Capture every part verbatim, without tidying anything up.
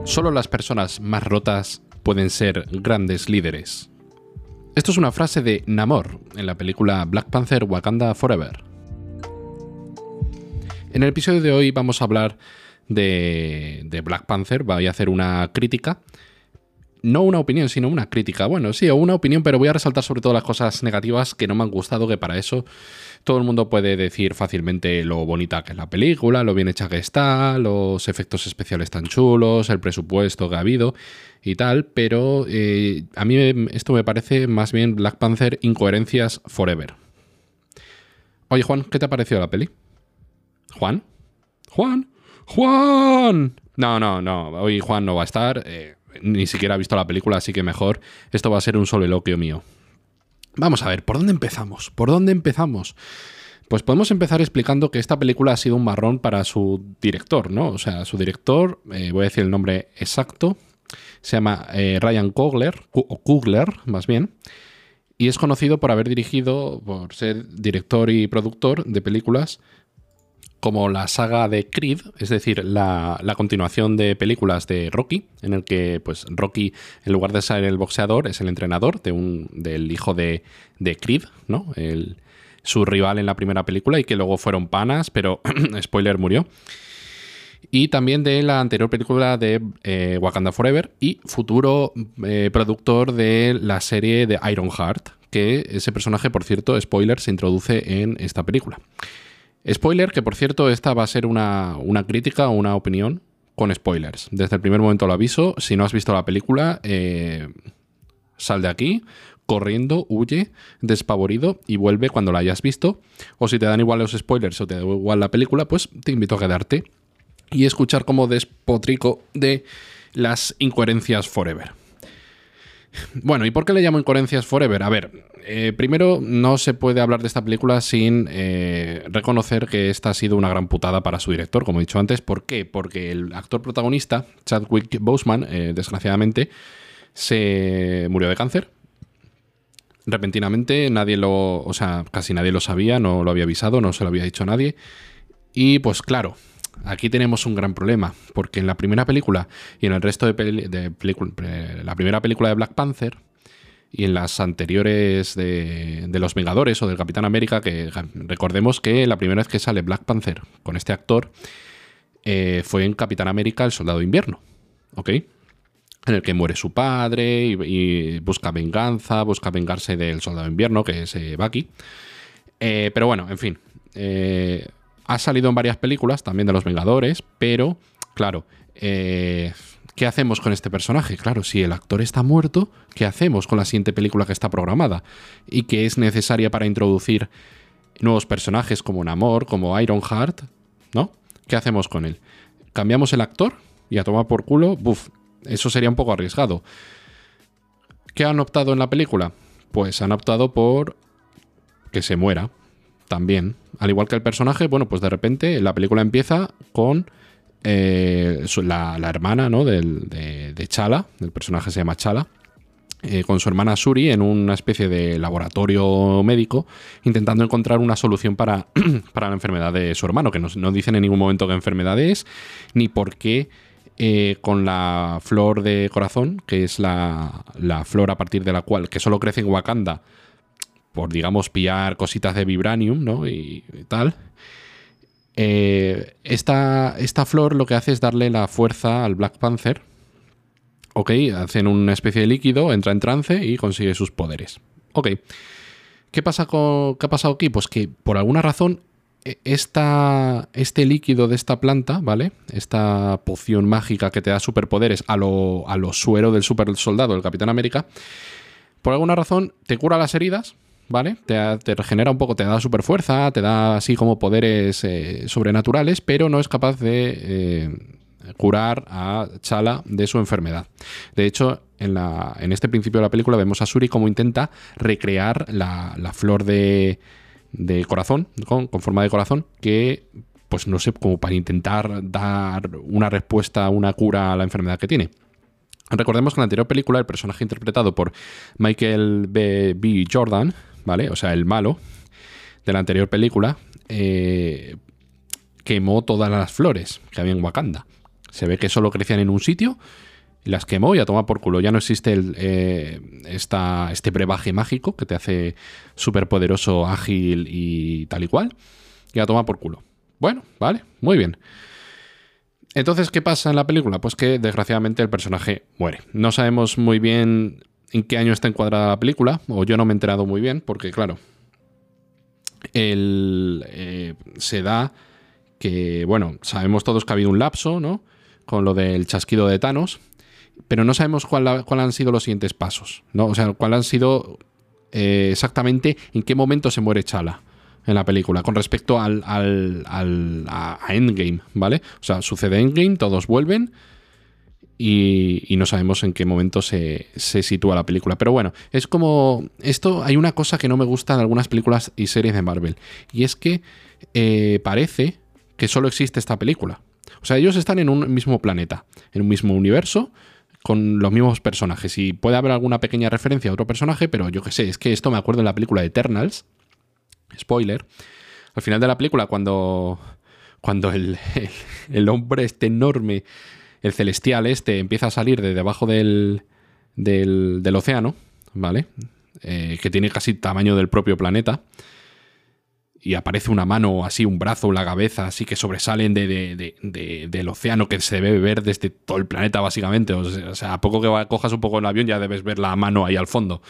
Solo las personas más rotas pueden ser grandes líderes. Esto es una frase de Namor en la película Black Panther Wakanda Forever. En el episodio de hoy vamos a hablar de, de Black Panther. Voy a hacer una crítica. No una opinión, sino una crítica. Bueno, sí, una opinión, pero voy a resaltar sobre todo las cosas negativas que no me han gustado, que para eso todo el mundo puede decir fácilmente lo bonita que es la película, lo bien hecha que está, los efectos especiales tan chulos, el presupuesto que ha habido y tal, pero eh, a mí esto me parece más bien Black Panther incoherencias forever. Oye, Juan, ¿qué te ha parecido la peli? ¿Juan? ¿Juan? ¡Juan! No, no, no, hoy Juan no va a estar... Eh, Ni siquiera ha visto la película, así que mejor esto va a ser un soliloquio mío. Vamos a ver, ¿por dónde empezamos? ¿Por dónde empezamos? Pues podemos empezar explicando que esta película ha sido un marrón para su director, ¿no? O sea, su director, eh, voy a decir el nombre exacto, se llama eh, Ryan Coogler, o Coogler, más bien, y es conocido por haber dirigido, por ser director y productor de películas como la saga de Creed, es decir, la, la continuación de películas de Rocky, en el que pues Rocky, en lugar de ser el boxeador, es el entrenador de un, del hijo de, de Creed, ¿no? El, su rival en la primera película, y que luego fueron panas, pero, spoiler, murió. Y también de la anterior película de eh, Wakanda Forever, y futuro eh, productor de la serie de Ironheart, que ese personaje, por cierto, spoiler, se introduce en esta película. Spoiler, que por cierto, esta va a ser una, una crítica o una opinión con spoilers. Desde el primer momento lo aviso. Si no has visto la película, eh, sal de aquí, corriendo, huye, despavorido y vuelve cuando la hayas visto. O si te dan igual los spoilers o te da igual la película, pues te invito a quedarte y escuchar como despotrico de las incoherencias forever. Bueno, ¿y por qué le llamo incoherencias forever? A ver, eh, primero no se puede hablar de esta película sin eh, reconocer que esta ha sido una gran putada para su director, como he dicho antes. ¿Por qué? Porque el actor protagonista, Chadwick Boseman, eh, desgraciadamente, se murió de cáncer. Repentinamente, nadie lo, o sea, casi nadie lo sabía, no lo había avisado, no se lo había dicho a nadie. Y pues claro, aquí tenemos un gran problema, porque en la primera película y en el resto de, peli de películas, la primera película de Black Panther y en las anteriores de, de Los Vengadores o del Capitán América, que recordemos que la primera vez que sale Black Panther con este actor eh, fue en Capitán América, el Soldado de Invierno, ¿ok? En el que muere su padre y, y busca venganza, busca vengarse del Soldado de Invierno, que es eh, Bucky. Eh, pero bueno, en fin... Eh, Ha salido en varias películas, también de Los Vengadores, pero, claro, eh, ¿qué hacemos con este personaje? Claro, si el actor está muerto, ¿qué hacemos con la siguiente película que está programada? Y que es necesaria para introducir nuevos personajes como Namor, como Ironheart, ¿no? ¿Qué hacemos con él? ¿Cambiamos el actor? Y a tomar por culo, buf, eso sería un poco arriesgado. ¿Qué han optado en la película? Pues han optado por que se muera. También, al igual que el personaje, bueno, pues de repente la película empieza con eh, la, la hermana, ¿no? Del, de, de Chala, el personaje se llama Chala, eh, con su hermana Shuri en una especie de laboratorio médico intentando encontrar una solución para, para la enfermedad de su hermano, que no, no dicen en ningún momento qué enfermedad es, ni por qué eh, con la flor de corazón, que es la, la flor a partir de la cual, que solo crece en Wakanda, por, digamos, pillar cositas de vibranium, ¿no? Y, y tal. Eh, esta, esta flor lo que hace es darle la fuerza al Black Panther. Ok, hacen una especie de líquido, entra en trance y consigue sus poderes. Ok. ¿Qué pasa con, qué ha pasado aquí? Pues que por alguna razón esta, este líquido de esta planta, ¿vale? Esta poción mágica que te da superpoderes a lo, a lo suero del super soldado, del Capitán América, por alguna razón te cura las heridas, ¿vale? Te, te regenera un poco, te da super fuerza, te da así como poderes eh, sobrenaturales, pero no es capaz de eh, curar a Chala de su enfermedad. De hecho, en, la, en este principio de la película vemos a Shuri como intenta recrear la, la flor de, de corazón, con, con forma de corazón, que, pues no sé, como para intentar dar una respuesta, una cura a la enfermedad que tiene. Recordemos que en la anterior película el personaje interpretado por Michael B. Jordan, ¿vale? O sea, el malo de la anterior película, eh, quemó todas las flores que había en Wakanda. Se ve que solo crecían en un sitio y las quemó y a tomar por culo. Ya no existe el, eh, esta, este brebaje mágico que te hace súper poderoso, ágil y tal y cual. Y a tomar por culo. Bueno, vale, muy bien. Entonces, ¿qué pasa en la película? Pues que desgraciadamente el personaje muere. No sabemos muy bien en qué año está encuadrada la película, o yo no me he enterado muy bien, porque claro, el, eh, se da que, bueno, sabemos todos que ha habido un lapso, ¿no? Con lo del chasquido de Thanos, pero no sabemos cuál, cuál han sido los siguientes pasos, ¿no? O sea, cuál han sido eh, exactamente en qué momento se muere T'Challa en la película, con respecto al, al, al a Endgame, ¿vale? O sea, sucede Endgame, todos vuelven y, y no sabemos en qué momento se, se sitúa la película. Pero bueno, es como... Esto, hay una cosa que no me gusta de algunas películas y series de Marvel, y es que eh, parece que solo existe esta película. O sea, ellos están en un mismo planeta, en un mismo universo, con los mismos personajes, y puede haber alguna pequeña referencia a otro personaje, pero yo qué sé, es que esto me acuerdo en la película de Eternals. Spoiler, al final de la película, cuando, cuando el, el, el hombre este enorme, el celestial este, empieza a salir de debajo del, del, del océano, ¿vale? Eh, que tiene casi tamaño del propio planeta, y aparece una mano, así, un brazo, la cabeza, así que sobresalen de, de, de, de, del océano, que se debe ver desde todo el planeta, básicamente. O sea, o sea, a poco que cojas un poco el avión ya debes ver la mano ahí al fondo.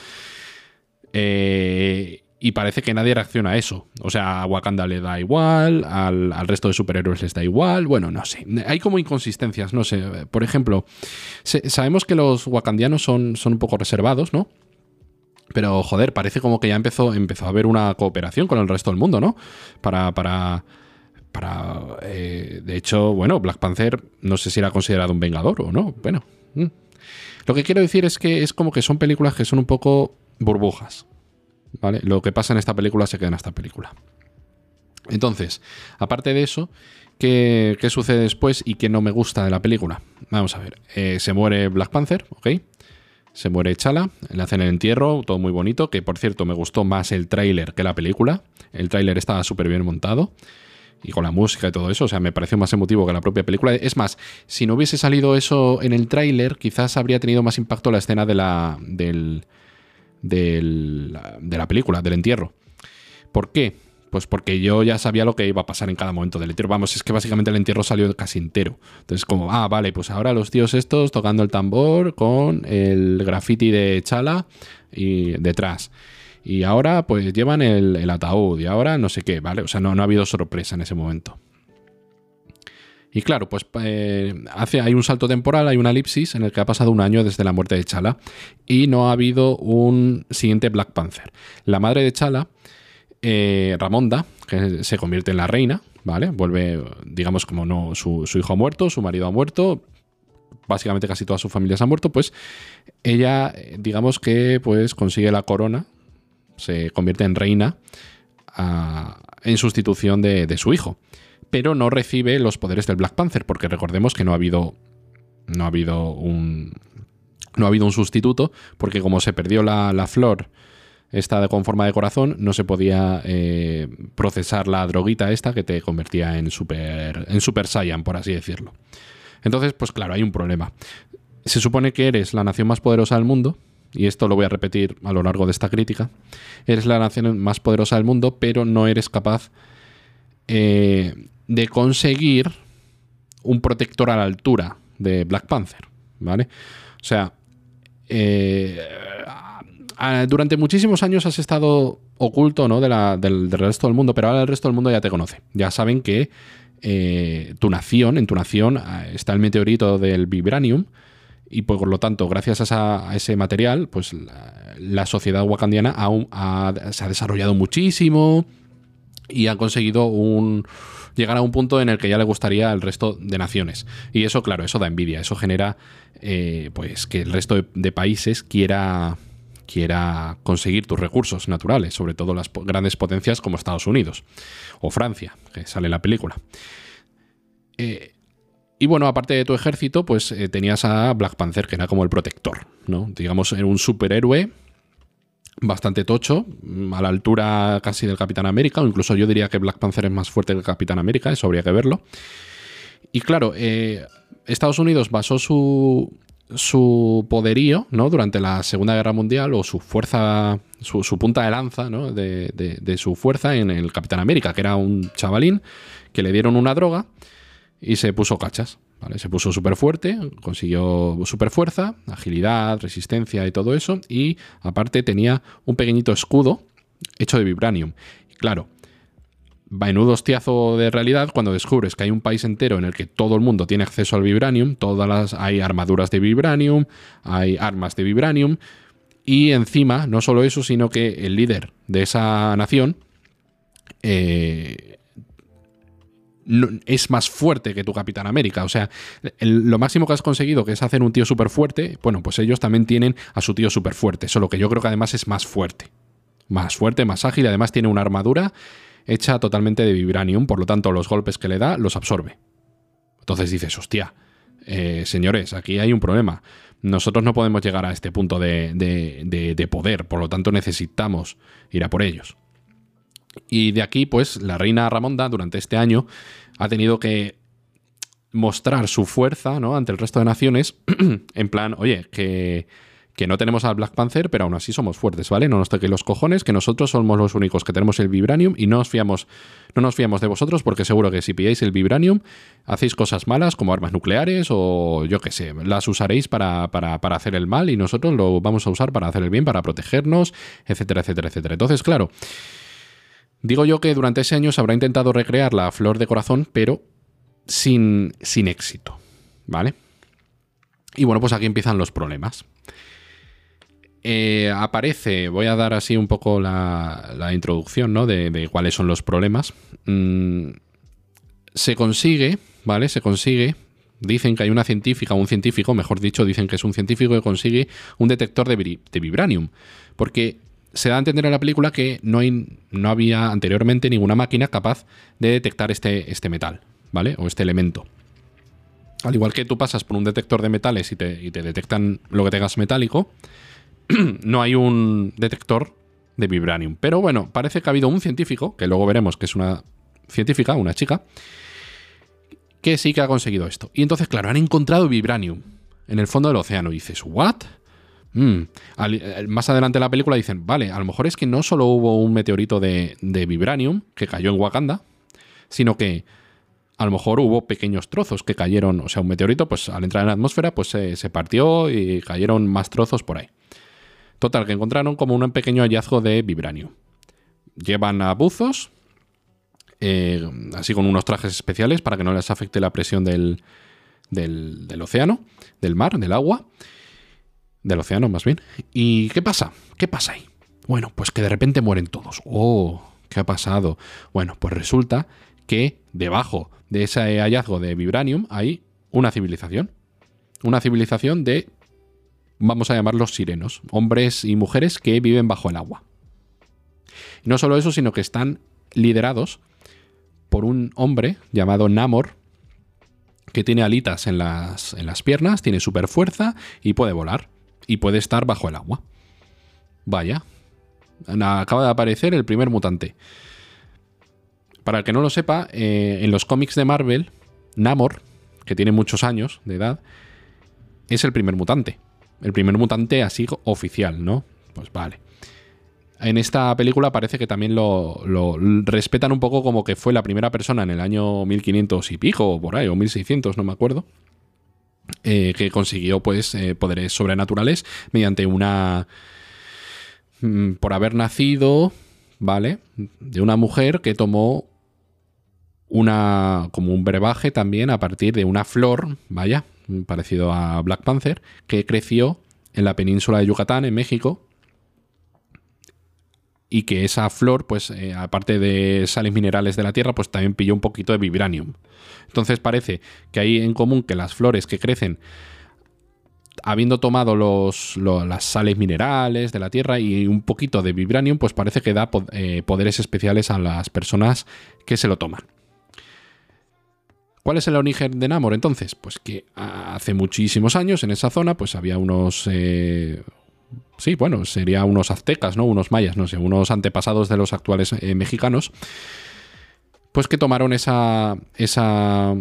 Eh... Y parece que nadie reacciona a eso. O sea, a Wakanda le da igual, al, al resto de superhéroes les da igual. Bueno, no sé. Hay como inconsistencias, no sé. Por ejemplo, se, sabemos que los wakandianos son, son un poco reservados, ¿no? Pero, joder, parece como que ya empezó, empezó a haber una cooperación con el resto del mundo, ¿no? Para... para, para eh, de hecho, bueno, Black Panther no sé si era considerado un vengador o no. Bueno. Mm. Lo que quiero decir es que es como que son películas que son un poco burbujas. ¿Vale? Lo que pasa en esta película se queda en esta película. Entonces, aparte de eso, ¿qué, qué sucede después y qué no me gusta de la película? Vamos a ver. Eh, se muere Black Panther, ¿ok? Se muere T'Challa, le hacen el entierro, todo muy bonito, que por cierto me gustó más el tráiler que la película. El tráiler estaba súper bien montado y con la música y todo eso, o sea, me pareció más emotivo que la propia película. Es más, si no hubiese salido eso en el tráiler, quizás habría tenido más impacto la escena de la, del... Del, de la película, del entierro. ¿Por qué? Pues porque yo ya sabía lo que iba a pasar en cada momento del entierro. Vamos, es que básicamente el entierro salió casi entero. Entonces, como, ah, vale, pues ahora los tíos estos tocando el tambor con el graffiti de T'Challa y detrás. Y ahora, pues llevan el, el ataúd y ahora no sé qué, ¿vale? O sea, no, no ha habido sorpresa en ese momento. Y claro, pues eh, hace, hay un salto temporal, hay una elipsis en el que ha pasado un año desde la muerte de T'Challa y no ha habido un siguiente Black Panther. La madre de T'Challa, eh, Ramonda, que se convierte en la reina, ¿vale? Vuelve, digamos, como no, su, su hijo ha muerto, su marido ha muerto, básicamente casi toda su familia se ha muerto, pues ella, digamos que pues consigue la corona, se convierte en reina a, en sustitución de, de su hijo. Pero no recibe los poderes del Black Panther, porque recordemos que no ha habido no ha habido un no ha habido un sustituto, porque como se perdió la, la flor esta con forma de corazón, no se podía eh, procesar la droguita esta que te convertía en super en Super Saiyan, por así decirlo. Entonces, pues claro, hay un problema. Se supone que eres la nación más poderosa del mundo, y esto lo voy a repetir a lo largo de esta crítica. Eres la nación más poderosa del mundo, pero no eres capaz eh, de conseguir un protector a la altura de Black Panther, ¿vale? O sea, eh, durante muchísimos años has estado oculto, ¿no? de la, del, del resto del mundo, pero ahora el resto del mundo ya te conoce. Ya saben que eh, tu nación, en tu nación está el meteorito del Vibranium y por lo tanto, gracias a, esa, a ese material, pues la, la sociedad wakandiana aún ha, se ha desarrollado muchísimo y ha conseguido un... llegar a un punto en el que ya le gustaría al resto de naciones. Y eso, claro, eso da envidia. Eso genera eh, pues que el resto de, de países quiera, quiera conseguir tus recursos naturales, sobre todo las po- grandes potencias como Estados Unidos o Francia, que sale en la película. Eh, y bueno, aparte de tu ejército, pues eh, tenías a Black Panther, que era como el protector, ¿no? Digamos, era un superhéroe bastante tocho, a la altura casi del Capitán América, o incluso yo diría que Black Panther es más fuerte que el Capitán América, eso habría que verlo. Y claro, eh, Estados Unidos basó su, su poderío, ¿no?, durante la Segunda Guerra Mundial, o su fuerza, su, su punta de lanza, ¿no?, de, de, de su fuerza en el Capitán América, que era un chavalín que le dieron una droga y se puso cachas, ¿vale? Se puso súper fuerte, consiguió súper fuerza, agilidad, resistencia y todo eso, y aparte tenía un pequeñito escudo hecho de vibranium. Y claro, menudo hostiazo de realidad cuando descubres que hay un país entero en el que todo el mundo tiene acceso al vibranium, todas las, hay armaduras de vibranium, hay armas de vibranium, y encima, no solo eso, sino que el líder de esa nación eh, no, es más fuerte que tu Capitán América. O sea, el, lo máximo que has conseguido, que es hacer un tío súper fuerte, bueno, pues ellos también tienen a su tío súper fuerte, solo que yo creo que además es más fuerte. Más fuerte, más ágil, además tiene una armadura hecha totalmente de vibranium, por lo tanto los golpes que le da los absorbe. Entonces dices, hostia, eh, señores, aquí hay un problema. Nosotros no podemos llegar a este punto de, de, de, de poder, por lo tanto necesitamos ir a por ellos. Y de aquí, pues, la reina Ramonda durante este año ha tenido que mostrar su fuerza, ¿no?, ante el resto de naciones, en plan, oye, que... que no tenemos al Black Panther, pero aún así somos fuertes, ¿vale? No nos toquéis los cojones, que nosotros somos los únicos que tenemos el vibranium y no nos fiamos, no nos fiamos de vosotros, porque seguro que si pilláis el vibranium hacéis cosas malas como armas nucleares o yo qué sé, las usaréis para, para, para hacer el mal y nosotros lo vamos a usar para hacer el bien, para protegernos, etcétera, etcétera, etcétera. Entonces, claro, digo yo que durante ese año se habrá intentado recrear la flor de corazón, pero sin, sin éxito, ¿vale? Y bueno, pues aquí empiezan los problemas. Eh, aparece, voy a dar así un poco la, la introducción, ¿no?, de, de cuáles son los problemas. Mm, se consigue, ¿vale? Se consigue, dicen que hay una científica, un científico, mejor dicho, dicen que es un científico que consigue un detector de, de vibranium, porque se da a entender en la película que no, hay, no había anteriormente ninguna máquina capaz de detectar este, este metal, ¿vale?, o este elemento. Al igual que tú pasas por un detector de metales y te, y te detectan lo que tengas metálico, no hay un detector de vibranium. Pero bueno, parece que ha habido un científico, que luego veremos que es una científica, una chica, que sí que ha conseguido esto. Y entonces, claro, han encontrado vibranium en el fondo del océano. Y dices, ¿what? Mm. Al, más adelante en la película dicen, vale, a lo mejor es que no solo hubo un meteorito de, de vibranium que cayó en Wakanda, sino que a lo mejor hubo pequeños trozos que cayeron. O sea, un meteorito, pues al entrar en la atmósfera, pues se, se partió y cayeron más trozos por ahí. Total, que encontraron como un pequeño hallazgo de vibranium. Llevan a buzos, eh, así con unos trajes especiales para que no les afecte la presión del, del, del océano, del mar, del agua, del océano más bien. ¿Y qué pasa? ¿Qué pasa ahí? Bueno, pues que de repente mueren todos. ¡Oh! ¿Qué ha pasado? Bueno, pues resulta que debajo de ese hallazgo de vibranium hay una civilización. Una civilización de... vamos a llamarlos sirenos, hombres y mujeres que viven bajo el agua. Y no solo eso, sino que están liderados por un hombre llamado Namor, que tiene alitas en las, en las piernas, tiene super fuerza y puede volar. Y puede estar bajo el agua. Vaya. Acaba de aparecer el primer mutante. Para el que no lo sepa, eh, en los cómics de Marvel, Namor, que tiene muchos años de edad, es el primer mutante. El primer mutante así oficial, ¿no? Pues vale. En esta película parece que también lo, lo respetan un poco como que fue la primera persona en el año mil quinientos y pico, o por ahí, o mil seiscientos, no me acuerdo, eh, que consiguió pues eh, poderes sobrenaturales mediante una... Mm, por haber nacido, ¿vale?, de una mujer que tomó una como un brebaje también a partir de una flor, vaya, parecido a Black Panther, que creció en la península de Yucatán, en México, y que esa flor, pues, eh, aparte de sales minerales de la tierra, pues también pilló un poquito de vibranium. Entonces parece que hay en común que las flores que crecen habiendo tomado los, los, las sales minerales de la tierra y un poquito de vibranium, pues parece que da eh, poderes especiales a las personas que se lo toman. ¿Cuál es el origen de Namor entonces? Pues que hace muchísimos años en esa zona pues había unos... Eh, sí, bueno, sería unos aztecas, ¿no? Unos mayas, no sé, unos antepasados de los actuales eh, mexicanos, pues que tomaron esa, esa,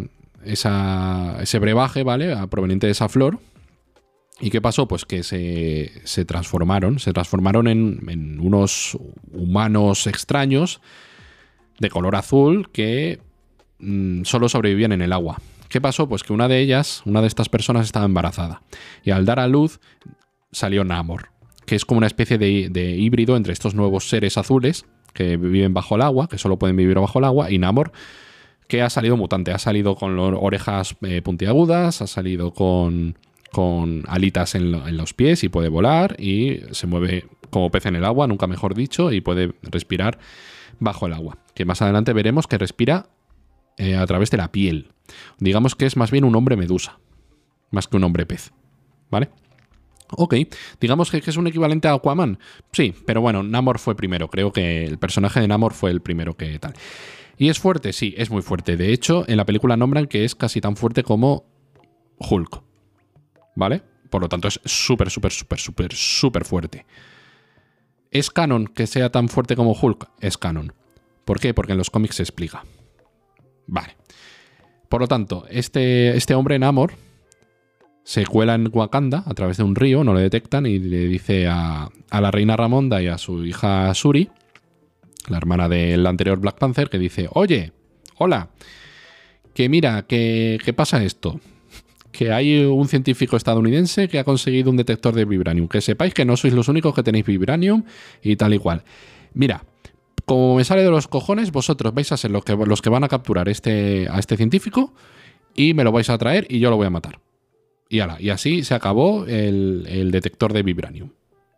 esa, ese brebaje, ¿vale? Proveniente de esa flor. ¿Y qué pasó? Pues que se, se transformaron, se transformaron en, en unos humanos extraños de color azul que mmm, solo sobrevivían en el agua. ¿Qué pasó? Pues que una de ellas, una de estas personas estaba embarazada. Y al dar a luz salió Namor, que es como una especie de, de híbrido entre estos nuevos seres azules que viven bajo el agua, que solo pueden vivir bajo el agua, y Namor, que ha salido mutante. Ha salido con orejas eh, puntiagudas, ha salido con... con alitas en, lo, en los pies y puede volar y se mueve como pez en el agua, nunca mejor dicho, y puede respirar bajo el agua. Que más adelante veremos que respira eh, a través de la piel. Digamos que es más bien un hombre medusa, más que un hombre pez, ¿vale? Ok, digamos que, que es un equivalente a Aquaman. Sí, pero bueno, Namor fue primero. Creo que el personaje de Namor fue el primero que tal. ¿Y es fuerte? Sí, es muy fuerte. De hecho, en la película nombran que es casi tan fuerte como Hulk, ¿vale? Por lo tanto, es súper, súper, súper, súper, súper fuerte. ¿Es canon que sea tan fuerte como Hulk? Es canon. ¿Por qué? Porque en los cómics se explica. Vale. Por lo tanto, este, este hombre, Namor, se cuela en Wakanda a través de un río, no le detectan, y le dice a, a la reina Ramonda y a su hija Shuri, la hermana del anterior Black Panther, que dice: oye, hola, que mira, que, que pasa esto, que hay un científico estadounidense que ha conseguido un detector de vibranium, que sepáis que no sois los únicos que tenéis vibranium y tal y cual. Mira, como me sale de los cojones, vosotros vais a ser los que, los que van a capturar este, a este científico y me lo vais a traer y yo lo voy a matar. Y, ala, y así se acabó el, el detector de vibranium.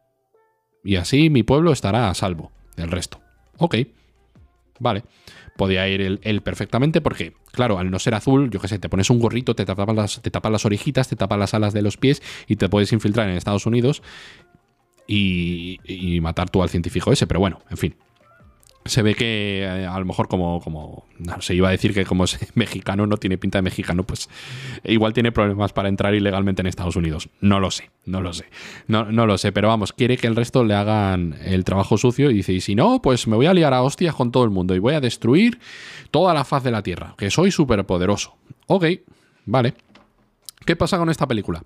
Y así mi pueblo estará a salvo del resto. Ok, vale. Podía ir él, él perfectamente porque, claro, al no ser azul, yo qué sé, te pones un gorrito, te tapas las, te tapas las orejitas, te tapas las alas de los pies y te puedes infiltrar en Estados Unidos y, y matar tú al científico ese. Pero bueno, en fin. Se ve que eh, a lo mejor como, como no sé, iba a decir que como es mexicano, no tiene pinta de mexicano, pues igual tiene problemas para entrar ilegalmente en Estados Unidos. No lo sé, no lo sé. No, no lo sé, pero vamos, quiere que el resto le hagan el trabajo sucio y dice, y si no, pues me voy a liar a hostias con todo el mundo y voy a destruir toda la faz de la Tierra, que soy súper poderoso. Ok, vale. ¿Qué pasa con esta película?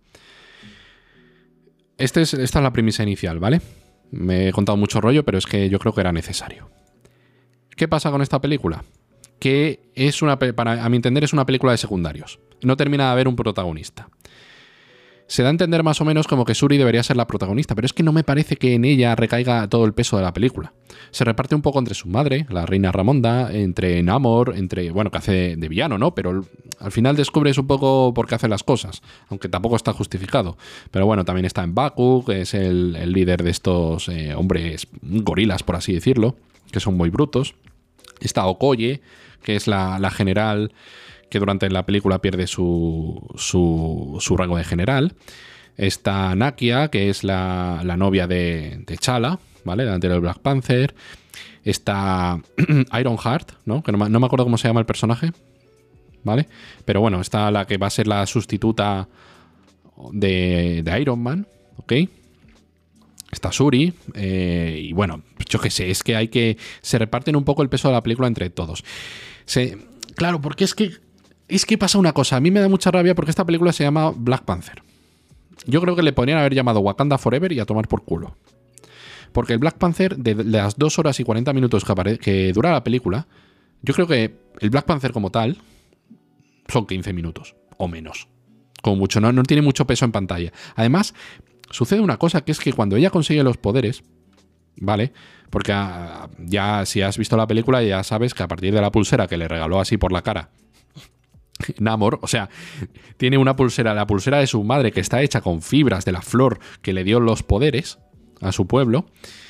Este es, esta es la premisa inicial, ¿vale? Me he contado mucho rollo, pero es que yo creo que era necesario. ¿Qué pasa con esta película? Que es una, para, a mi entender, es una película de secundarios. No termina de haber un protagonista. Se da a entender más o menos como que Shuri debería ser la protagonista, pero es que no me parece que en ella recaiga todo el peso de la película. Se reparte un poco entre su madre, la reina Ramonda, entre Namor, entre, bueno, que hace de villano, ¿no? Pero al final descubres un poco por qué hace las cosas, aunque tampoco está justificado. Pero bueno, también está M'Baku, que es el, el líder de estos eh, hombres gorilas, por así decirlo, que son muy brutos. Está Okoye, que es la, la general que durante la película pierde su, su, su rango de general. Está Nakia, que es la, la novia de, de T'Challa, ¿vale? Delante del Black Panther. Está Ironheart, ¿no? Que no me, no me acuerdo cómo se llama el personaje, ¿vale? Pero bueno, está la que va a ser la sustituta de, de Iron Man, ¿ok? Está Shuri, eh, y bueno, yo qué sé, es que hay que... Se reparten un poco el peso de la película entre todos. Se, claro, porque es que... Es que pasa una cosa, a mí me da mucha rabia porque esta película se llama Black Panther. Yo creo que le podrían haber llamado Wakanda Forever y a tomar por culo. Porque el Black Panther, de las dos horas y cuarenta minutos que, apare- que dura la película, yo creo que el Black Panther como tal son quince minutos o menos. Como mucho, no, no tiene mucho peso en pantalla. Además... Sucede una cosa, que es que cuando ella consigue los poderes, ¿vale? Porque a, ya si has visto la película ya sabes que a partir de la pulsera que le regaló así por la cara Namor, o sea, tiene una pulsera, la pulsera de su madre que está hecha con fibras de la flor que le dio los poderes a su pueblo.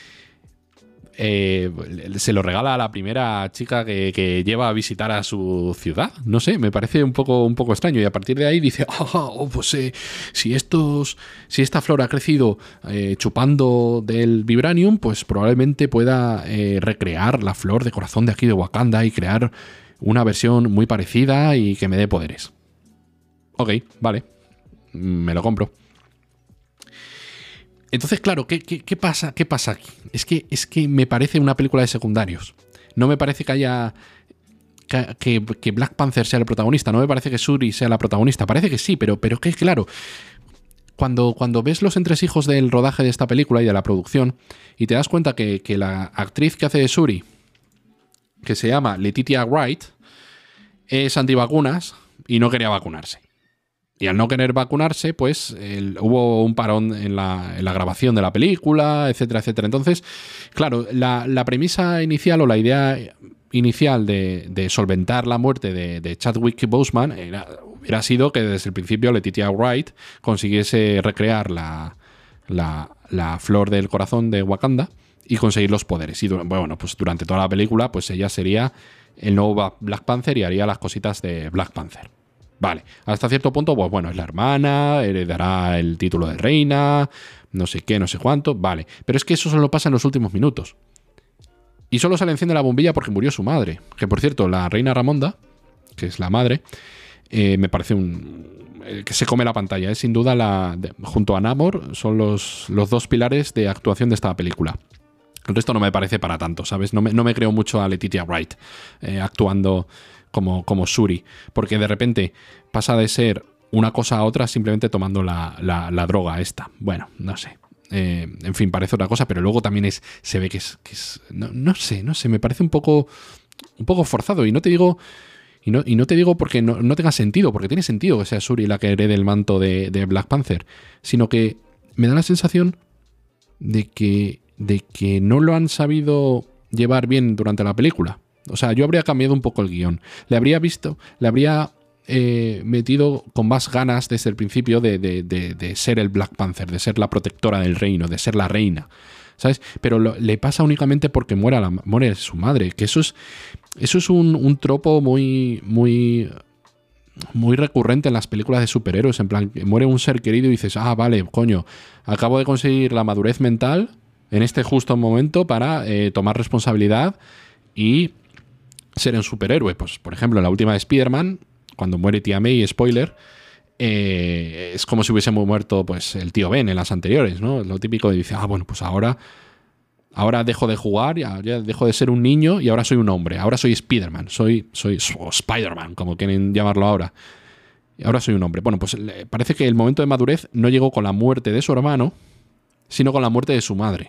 Eh, se lo regala a la primera chica que, que lleva a visitar a su ciudad. No sé, me parece un poco, un poco extraño. Y a partir de ahí dice, ah, oh, pues eh, si estos, si esta flor ha crecido eh, chupando del vibranium, pues probablemente pueda eh, recrear la flor de corazón de aquí de Wakanda y crear una versión muy parecida y que me dé poderes. Ok, vale, me lo compro. Entonces, claro, ¿qué, qué, qué pasa, ¿qué pasa aquí? Es que, es que me parece una película de secundarios. No me parece que haya, que, que, que Black Panther sea el protagonista, no me parece que Shuri sea la protagonista, parece que sí, pero, pero que claro, cuando, cuando ves los entresijos del rodaje de esta película y de la producción y te das cuenta que, que la actriz que hace de Shuri, que se llama Letitia Wright, es antivacunas y no quería vacunarse. Y al no querer vacunarse, pues el, hubo un parón en la, en la grabación de la película, etcétera, etcétera. Entonces, claro, la, la premisa inicial o la idea inicial de, de solventar la muerte de, de Chadwick Boseman era, hubiera sido que desde el principio Letitia Wright consiguiese recrear la, la, la flor del corazón de Wakanda y conseguir los poderes. Y bueno, pues durante toda la película, pues ella sería el nuevo Black Panther y haría las cositas de Black Panther. Vale, hasta cierto punto, pues bueno, es la hermana, heredará el título de reina, no sé qué, no sé cuánto, vale. Pero es que eso solo pasa en los últimos minutos. Y solo se le enciende la bombilla porque murió su madre. Que por cierto, la reina Ramonda, que es la madre, eh, me parece un... que se come la pantalla. Es sin duda, la de, junto a Namor, son los, los dos pilares de actuación de esta película. El resto no me parece para tanto, ¿sabes? No me, no me creo mucho a Letitia Wright eh, actuando... Como, como Shuri, porque de repente pasa de ser una cosa a otra simplemente tomando la, la, la droga esta. Bueno, no sé. Eh, en fin, parece otra cosa, pero luego también es se ve que es... Que es no, no sé, no sé, me parece un poco, un poco forzado. Y no te digo... Y no, y no te digo porque no, no tenga sentido, porque tiene sentido que sea Shuri la que herede el manto de, de Black Panther, sino que me da la sensación de que, de que no lo han sabido llevar bien durante la película. O sea, yo habría cambiado un poco el guión. Le habría visto, le habría eh, metido con más ganas desde el principio de, de, de, de ser el Black Panther, de ser la protectora del reino, de ser la reina, ¿sabes? Pero lo, le pasa únicamente porque muera, la, muere su madre, que eso es, eso es un, un tropo muy, muy, muy recurrente en las películas de superhéroes. En plan, muere un ser querido y dices, ah, vale, coño, acabo de conseguir la madurez mental en este justo momento para eh, tomar responsabilidad y ser un superhéroe. Pues, por ejemplo, en la última de Spider-Man, cuando muere tía May, spoiler, eh, es como si hubiese muerto pues el tío Ben en las anteriores, ¿no? Lo típico de dice, ah, bueno, pues ahora, ahora dejo de jugar, ya, ya dejo de ser un niño y ahora soy un hombre, ahora soy Spider-Man, soy, soy oh, Spider-Man, como quieren llamarlo ahora. Y ahora soy un hombre. Bueno, pues parece que el momento de madurez no llegó con la muerte de su hermano, sino con la muerte de su madre.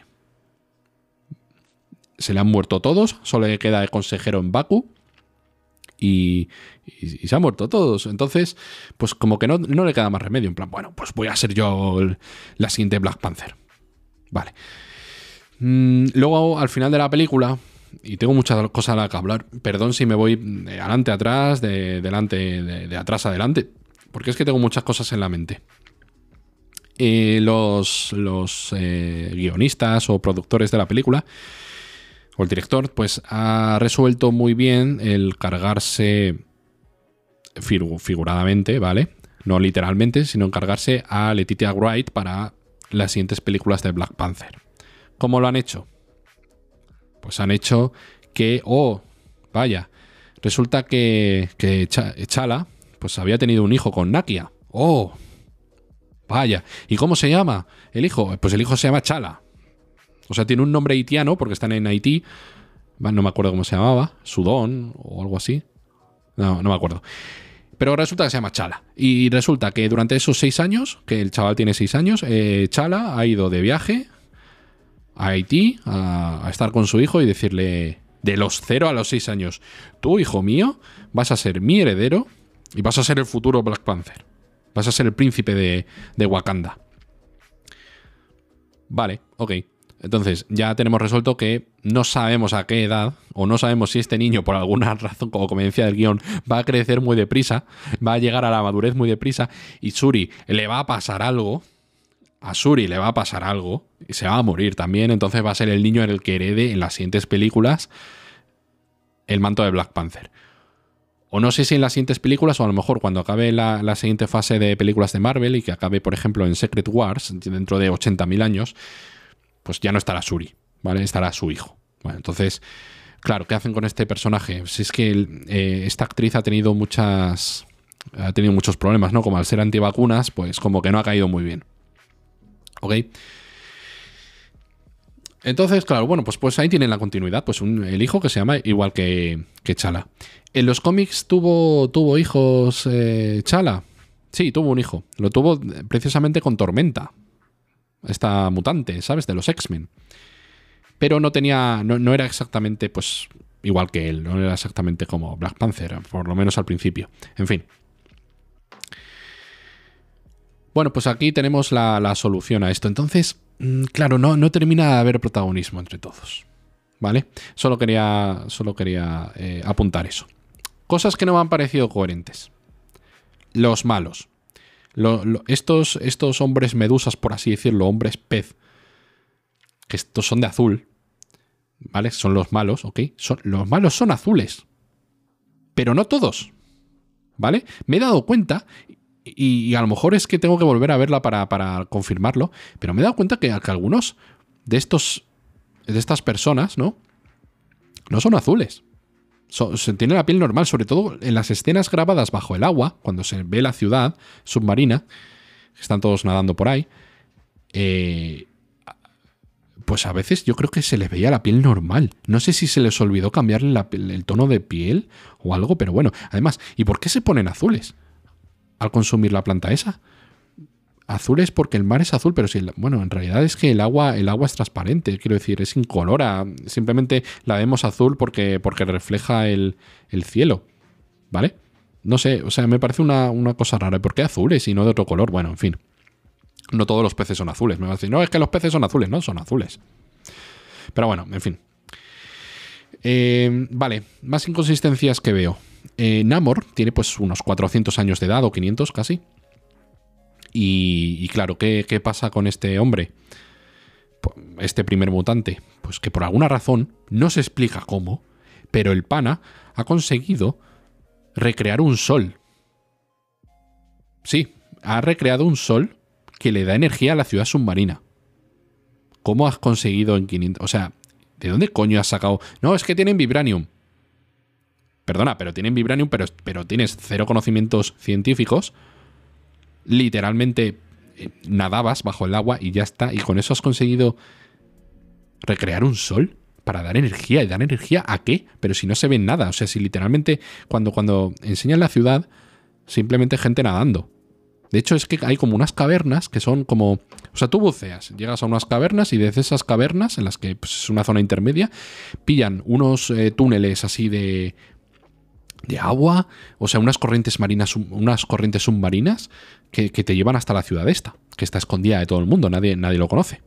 Se le han muerto todos, solo le queda el consejero en Baku y, y, y se han muerto todos. Entonces, pues como que no, no le queda más remedio. En plan, bueno, pues voy a ser yo el, la siguiente Black Panther. Vale. Mm, luego, al final de la película, y tengo muchas cosas a las que hablar, perdón si me voy de adelante a atrás, de delante, de, de atrás a adelante, porque es que tengo muchas cosas en la mente. Eh, los los eh, guionistas o productores de la película, o el director, pues ha resuelto muy bien el cargarse figuradamente, ¿vale? No literalmente, sino encargarse a Letitia Wright para las siguientes películas de Black Panther. ¿Cómo lo han hecho? Pues han hecho que, oh, vaya, resulta que, que T'Challa pues había tenido un hijo con Nakia. Oh, vaya. ¿Y cómo se llama el hijo? Pues el hijo se llama T'Challa. O sea, tiene un nombre haitiano porque están en Haití. No me acuerdo cómo se llamaba. Sudón o algo así. No, no me acuerdo. Pero resulta que se llama T'Challa. Y resulta que durante esos seis años, que el chaval tiene seis años, eh, T'Challa ha ido de viaje a Haití a, a estar con su hijo y decirle, de los cero a los seis años, tú, hijo mío, vas a ser mi heredero y vas a ser el futuro Black Panther. Vas a ser el príncipe de, de Wakanda. Vale, ok. Entonces, ya tenemos resuelto que no sabemos a qué edad, o no sabemos si este niño, por alguna razón, como conveniencia del guión, va a crecer muy deprisa, va a llegar a la madurez muy deprisa, y Shuri le va a pasar algo, a Shuri le va a pasar algo, y se va a morir también, entonces va a ser el niño en el que herede en las siguientes películas el manto de Black Panther. O no sé si en las siguientes películas, o a lo mejor cuando acabe la, la siguiente fase de películas de Marvel, y que acabe, por ejemplo, en Secret Wars, dentro de ochenta mil años, pues ya no estará Shuri, ¿vale? Estará su hijo. Bueno, entonces, claro, ¿qué hacen con este personaje? Si es que eh, esta actriz ha tenido muchas... ha tenido muchos problemas, ¿no? Como al ser antivacunas, pues como que no ha caído muy bien. ¿Ok? Entonces, claro, bueno, pues, pues ahí tienen la continuidad. Pues un, el hijo que se llama igual que, que Chala. ¿En los cómics tuvo, tuvo hijos eh, Chala? Sí, tuvo un hijo. Lo tuvo precisamente con Tormenta. Esta mutante, ¿sabes? De los X-Men. Pero no tenía. No, no era exactamente, pues, igual que él. No era exactamente como Black Panther, por lo menos al principio. En fin. Bueno, pues aquí tenemos la, la solución a esto. Entonces, claro, no, no termina de haber protagonismo entre todos. ¿Vale? Solo quería, solo quería eh, apuntar eso. Cosas que no me han parecido coherentes. Los malos. Lo, lo, estos, estos hombres medusas, por así decirlo, hombres pez, que estos son de azul, ¿vale? Son los malos, ¿ok? Son, los malos son azules. Pero no todos, ¿vale? Me he dado cuenta... Y, y a lo mejor es que tengo que volver a verla para, para confirmarlo, pero me he dado cuenta que, que algunos de estos de estas personas, ¿no? No son azules. So, se tienen la piel normal, sobre todo en las escenas grabadas bajo el agua, cuando se ve la ciudad submarina, que están todos nadando por ahí, eh, pues a veces yo creo que se les veía la piel normal. No sé si se les olvidó cambiarle la, el tono de piel o algo, pero bueno. Además, ¿y por qué se ponen azules al consumir la planta esa? Azul es porque el mar es azul, pero si, bueno, en realidad es que el agua, el agua es transparente, quiero decir, es incolora. Simplemente la vemos azul porque, porque refleja el, el cielo, ¿vale? No sé, o sea, me parece una, una cosa rara. ¿Por qué azules y no de otro color? Bueno, en fin. No todos los peces son azules. Me vas a decir, no, es que los peces son azules, no, son azules. Pero bueno, en fin. Eh, vale, más inconsistencias que veo. Eh, Namor tiene pues unos cuatrocientos años de edad, o quinientos casi. Y, y claro, ¿qué, ¿qué pasa con este hombre? Este primer mutante. Pues que por alguna razón, no se explica cómo, pero el pana ha conseguido recrear un sol. Sí, ha recreado un sol que le da energía a la ciudad submarina. ¿Cómo has conseguido en quinientos? O sea, ¿de dónde coño has sacado? No, es que tienen vibranium. Perdona, pero tienen vibranium, pero, pero tienes cero conocimientos científicos. Literalmente eh, nadabas bajo el agua y ya está. Y con eso has conseguido recrear un sol para dar energía. ¿Y dar energía a qué? Pero si no se ve nada. O sea, si literalmente cuando, cuando enseñan la ciudad, simplemente gente nadando. De hecho, es que hay como unas cavernas que son como... O sea, tú buceas, llegas a unas cavernas y desde esas cavernas, en las que pues, es una zona intermedia, pillan unos eh, túneles así de... de agua, o sea, unas corrientes marinas, unas corrientes submarinas que, que te llevan hasta la ciudad esta, que está escondida de todo el mundo, nadie, nadie lo conoce.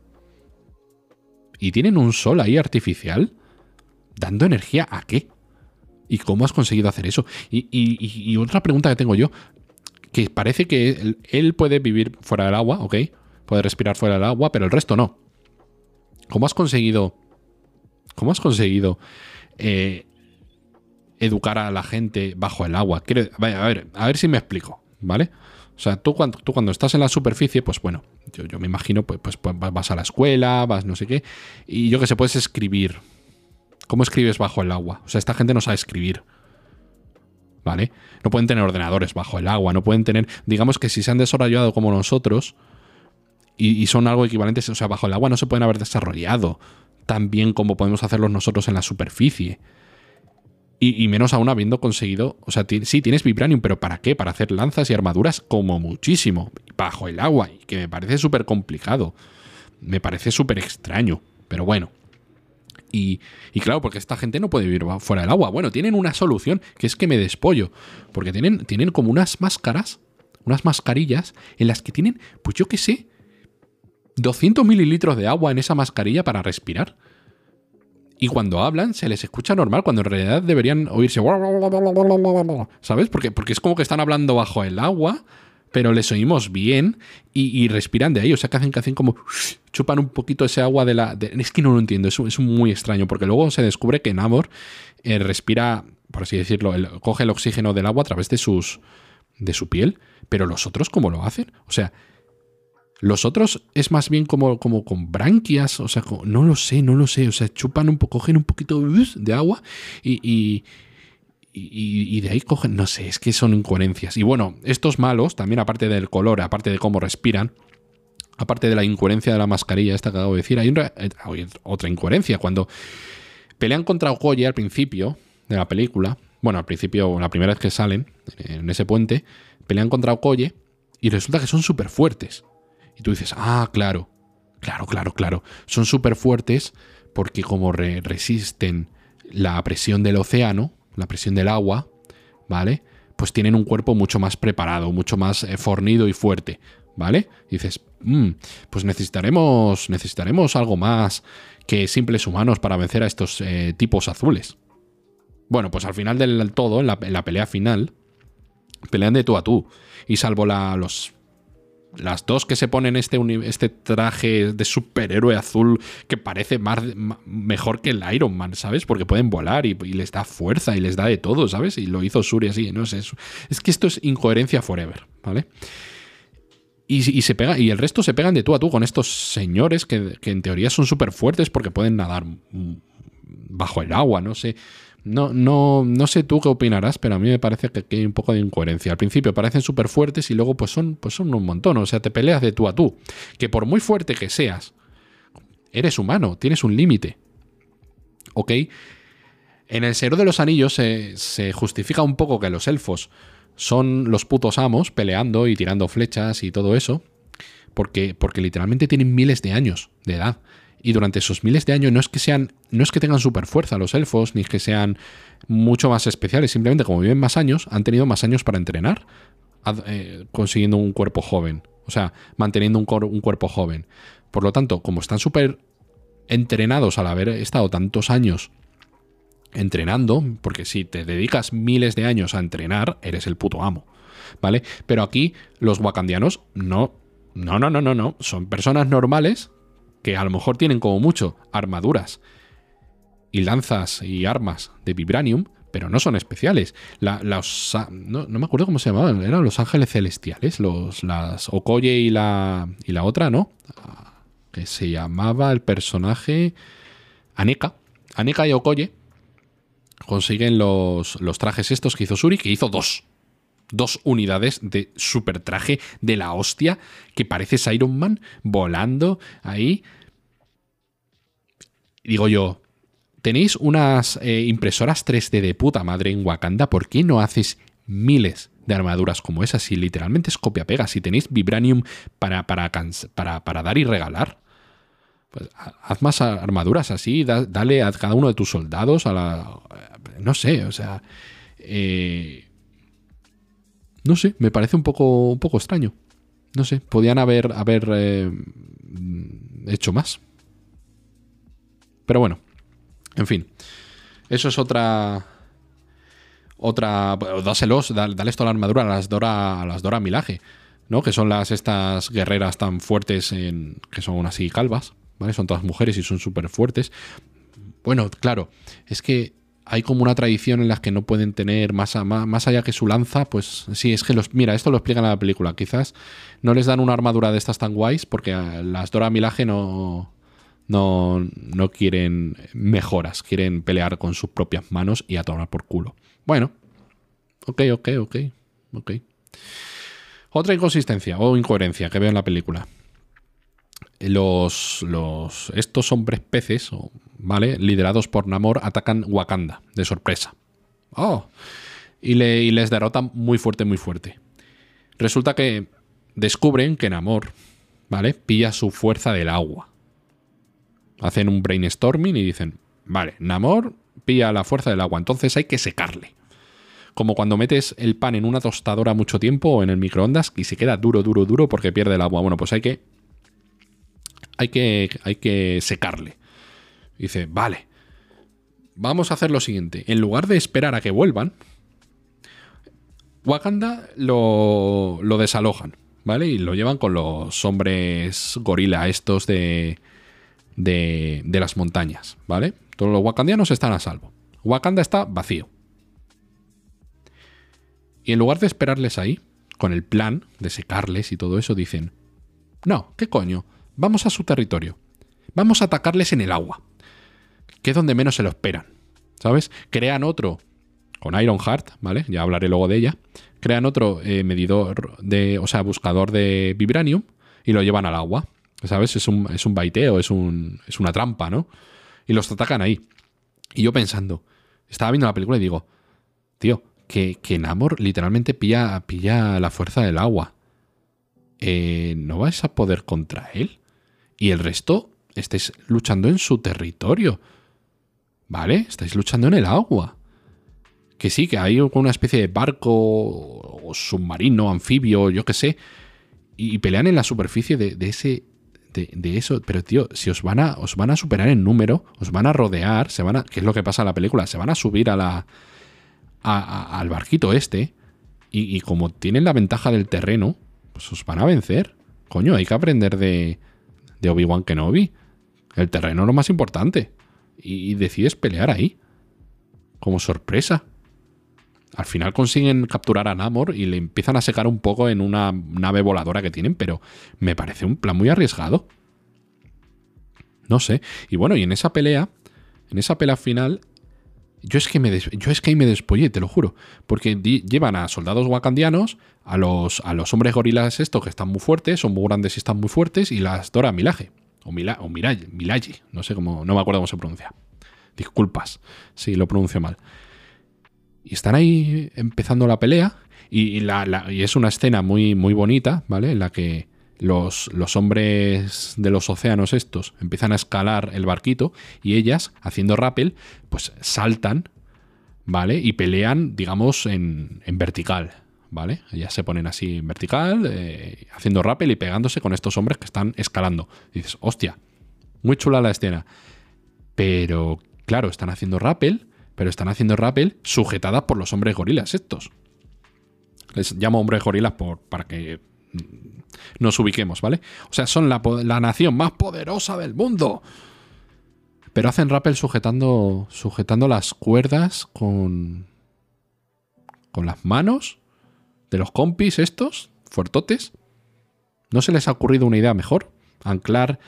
Y tienen un sol ahí artificial, dando energía ¿a qué? ¿Y cómo has conseguido hacer eso? Y, y, y otra pregunta que tengo yo, que parece que él, él puede vivir fuera del agua, ¿ok? Puede respirar fuera del agua, pero el resto no. ¿Cómo has conseguido... ¿Cómo has conseguido... Eh, educar a la gente bajo el agua? Quiero, vaya, a ver, a ver si me explico, ¿vale? O sea, tú cuando, tú cuando estás en la superficie, pues bueno, yo, yo me imagino, pues, pues, pues vas a la escuela, vas no sé qué, y yo que sé, puedes escribir. ¿Cómo escribes bajo el agua? O sea, esta gente no sabe escribir, ¿vale? No pueden tener ordenadores bajo el agua, no pueden tener, digamos que si se han desarrollado como nosotros y, y son algo equivalentes, o sea, bajo el agua no se pueden haber desarrollado tan bien como podemos hacerlo nosotros en la superficie. Y, y menos aún habiendo conseguido... O sea, sí, tienes vibranium, pero ¿para qué? Para hacer lanzas y armaduras como muchísimo. Bajo el agua. Y que me parece súper complicado. Me parece súper extraño. Pero bueno. Y, y claro, porque esta gente no puede vivir fuera del agua. Bueno, tienen una solución, que es que me despollo. Porque tienen, tienen como unas máscaras, unas mascarillas, en las que tienen, pues yo qué sé, doscientos mililitros de agua en esa mascarilla para respirar. Y cuando hablan se les escucha normal, cuando en realidad deberían oírse... ¿Sabes? Porque, porque es como que están hablando bajo el agua, pero les oímos bien y, y respiran de ahí. O sea, que hacen, que hacen como... chupan un poquito ese agua de la... De, es que no lo entiendo, es, es muy extraño, porque luego se descubre que Namor eh, respira, por así decirlo, el, coge el oxígeno del agua a través de, sus, de su piel. Pero los otros, ¿cómo lo hacen? O sea... Los otros es más bien como, como con branquias, o sea, como, no lo sé, no lo sé, o sea, chupan un poco, cogen un poquito de agua y, y, y, y de ahí cogen, no sé, es que son incoherencias. Y bueno, estos malos, también aparte del color, aparte de cómo respiran, aparte de la incoherencia de la mascarilla esta que acabo de decir, hay, una, hay otra incoherencia. Cuando pelean contra Okoye al principio de la película, bueno, al principio, la primera vez que salen en ese puente, pelean contra Okoye y resulta que son súper fuertes. Y tú dices, ah, claro, claro, claro, claro. Son súper fuertes porque como re resisten la presión del océano, la presión del agua, ¿vale? Pues tienen un cuerpo mucho más preparado, mucho más eh, fornido y fuerte, ¿vale? Y dices, mmm, pues necesitaremos, necesitaremos algo más que simples humanos para vencer a estos eh, tipos azules. Bueno, pues al final del todo, en la, en la pelea final, pelean de tú a tú. Y salvo la, los, las dos que se ponen este, este traje de superhéroe azul que parece más, mejor que el Iron Man, ¿sabes? Porque pueden volar y, y les da fuerza y les da de todo, ¿sabes? Y lo hizo Shuri así, no sé. Es, es que esto es incoherencia forever, ¿vale? Y, y, se pega, y el resto se pegan de tú a tú con estos señores que, que en teoría son súper fuertes porque pueden nadar bajo el agua, no sé. No, no, no sé tú qué opinarás, pero a mí me parece que, que hay un poco de incoherencia. Al principio parecen súper fuertes y luego pues son, pues son un montón. O sea, te peleas de tú a tú. Que por muy fuerte que seas, eres humano, tienes un límite. ¿Ok? En el Señor de los Anillos se, se justifica un poco que los elfos son los putos amos peleando y tirando flechas y todo eso, porque, porque literalmente tienen miles de años de edad. Y durante esos miles de años no es que sean, no es que tengan super fuerza los elfos, ni que sean mucho más especiales, simplemente como viven más años, han tenido más años para entrenar, eh, consiguiendo un cuerpo joven, o sea, manteniendo un, un cuerpo joven. Por lo tanto, como están súper entrenados al haber estado tantos años entrenando, porque si te dedicas miles de años a entrenar, eres el puto amo, ¿vale? Pero aquí los wakandianos no, no, no, no, no, no, son personas normales que a lo mejor tienen como mucho armaduras y lanzas y armas de vibranium, pero no son especiales. La, los, no, no me acuerdo cómo se llamaban, eran los ángeles celestiales, los, las Okoye y la, y la otra, ¿no? Que se llamaba el personaje Aneka. Aneka y Okoye consiguen los, los trajes estos que hizo Shuri, que hizo dos. Dos unidades de super traje de la hostia, que pareces Iron Man volando ahí. Digo yo, tenéis unas eh, impresoras tres D de puta madre en Wakanda, ¿por qué no haces miles de armaduras como esas? Si literalmente es copia-pega, si tenéis vibranium para, para, para, para dar y regalar, pues haz más armaduras así, da, dale a cada uno de tus soldados a la... No sé, o sea... Eh, no sé, me parece un poco, un poco extraño. No sé, podían haber, haber eh, hecho más. Pero bueno, en fin. Eso es otra... Otra... Dáselos, dale esto a la armadura a las Dora, a las Dora Milaje, ¿no? Que son las estas guerreras tan fuertes en, que son así calvas, ¿vale? Son todas mujeres y son súper fuertes. Bueno, claro, es que hay como una tradición en la que no pueden tener más, a, más, más allá que su lanza, pues sí, es que los... Mira, esto lo explican en la película. Quizás no les dan una armadura de estas tan guays porque las Dora Milaje no, no, no quieren mejoras, quieren pelear con sus propias manos y a tomar por culo. Bueno, ok, ok, ok, ok. Otra inconsistencia o incoherencia que veo en la película. Los, los, estos hombres peces, ¿vale? Liderados por Namor, atacan Wakanda de sorpresa. ¡Oh! Y, le, y les derrotan muy fuerte, muy fuerte. Resulta que descubren que Namor, ¿vale? Pilla su fuerza del agua. Hacen un brainstorming y dicen, vale, Namor pilla la fuerza del agua, entonces hay que secarle. Como cuando metes el pan en una tostadora mucho tiempo o en el microondas y se queda duro, duro, duro porque pierde el agua. Bueno, pues hay que... Hay que, hay que secarle. Dice, vale, vamos a hacer lo siguiente. En lugar de esperar a que vuelvan, Wakanda lo, lo desalojan, ¿vale? Y lo llevan con los hombres gorila estos de, de, de las montañas, ¿vale? Todos los wakandianos están a salvo. Wakanda está vacío. Y en lugar de esperarles ahí, con el plan de secarles y todo eso, dicen, no, ¿qué coño? Vamos a su territorio. Vamos a atacarles en el agua, que es donde menos se lo esperan, ¿sabes? Crean otro con Ironheart, ¿vale? Ya hablaré luego de ella. Crean otro eh, medidor de, o sea, buscador de vibranium y lo llevan al agua. ¿sabes? Es un, es un baiteo, es, un, es una trampa, ¿no? Y los atacan ahí. Y yo pensando, estaba viendo la película y digo, tío, que, que Namor literalmente pilla, pilla la fuerza del agua. Eh, ¿No vais a poder contra él? Y el resto estáis luchando en su territorio. ¿Vale? Estáis luchando en el agua. Que sí, que hay una especie de barco o submarino, anfibio, yo qué sé. Y, y pelean en la superficie de, de ese... De, de eso. Pero, tío, si os van a, os van a superar en número, os van a rodear, se van a... ¿Qué es lo que pasa en la película? Se van a subir a la... A, a, al barquito este. Y, y como tienen la ventaja del terreno, pues os van a vencer. Coño, hay que aprender de, de Obi-Wan Kenobi. El terreno es lo más importante. Y, y decides pelear ahí. Como sorpresa. Al final consiguen capturar a Namor y le empiezan a secar un poco en una nave voladora que tienen, pero me parece un plan muy arriesgado. No sé. Y bueno, y en esa pelea, en esa pelea final, yo es que me des, yo es que ahí me despollé, te lo juro. Porque di, llevan a soldados wakandianos, a los, a los hombres gorilas estos que están muy fuertes, son muy grandes y están muy fuertes, y las Dora Milaje. O, Mila, o Milaje, Milaje, no sé cómo, no me acuerdo cómo se pronuncia. Disculpas si lo pronuncio mal. Y están ahí empezando la pelea y, y, la, la, y es una escena muy, muy bonita, ¿vale? En la que los, los hombres de los océanos estos empiezan a escalar el barquito y ellas, haciendo rappel, pues saltan, ¿vale? Y pelean, digamos, en, en vertical, ¿vale? Ellas se ponen así en vertical, eh, haciendo rappel y pegándose con estos hombres que están escalando. Y dices, hostia, muy chula la escena. Pero, claro, están haciendo rappel... pero están haciendo rappel sujetadas por los hombres gorilas estos. Les llamo hombres gorilas por, para que nos ubiquemos, ¿vale? O sea, son la, la nación más poderosa del mundo. Pero hacen rappel sujetando, sujetando las cuerdas con, con las manos de los compis estos, fuertotes. ¿No se les ha ocurrido una idea mejor? Anclar...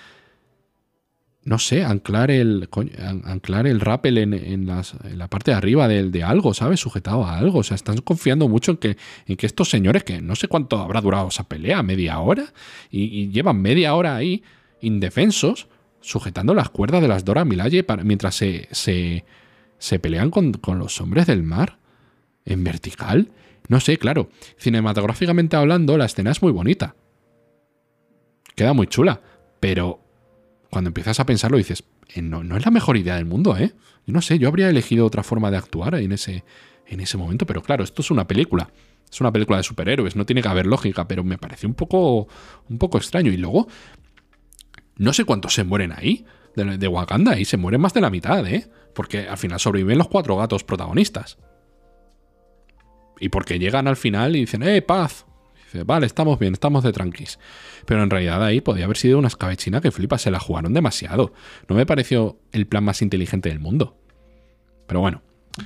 No sé, anclar el coño, anclar el rappel en, en, las, en la parte de arriba de, de algo, ¿sabes? Sujetado a algo. O sea, están confiando mucho en que, en que estos señores, que no sé cuánto habrá durado esa pelea, media hora, y, y llevan media hora ahí, indefensos, sujetando las cuerdas de las Dora Milaje para, mientras se, se, se pelean con, con los hombres del mar en vertical. No sé, claro, cinematográficamente hablando, la escena es muy bonita. Queda muy chula, pero... cuando empiezas a pensarlo dices, eh, no, no es la mejor idea del mundo, ¿eh? Yo no sé, yo habría elegido otra forma de actuar en ese, en ese momento, pero claro, esto es una película. Es una película de superhéroes, no tiene que haber lógica, pero me pareció un poco, un poco extraño. Y luego, no sé cuántos se mueren ahí, de, de Wakanda, y se mueren más de la mitad, ¿eh? Porque al final sobreviven los cuatro gatos protagonistas. Y porque llegan al final y dicen, ¡eh, paz! Dice, vale, estamos bien, estamos de tranquis. Pero en realidad ahí podía haber sido una escabechina que flipa, se la jugaron demasiado. No me pareció el plan más inteligente del mundo. Pero bueno.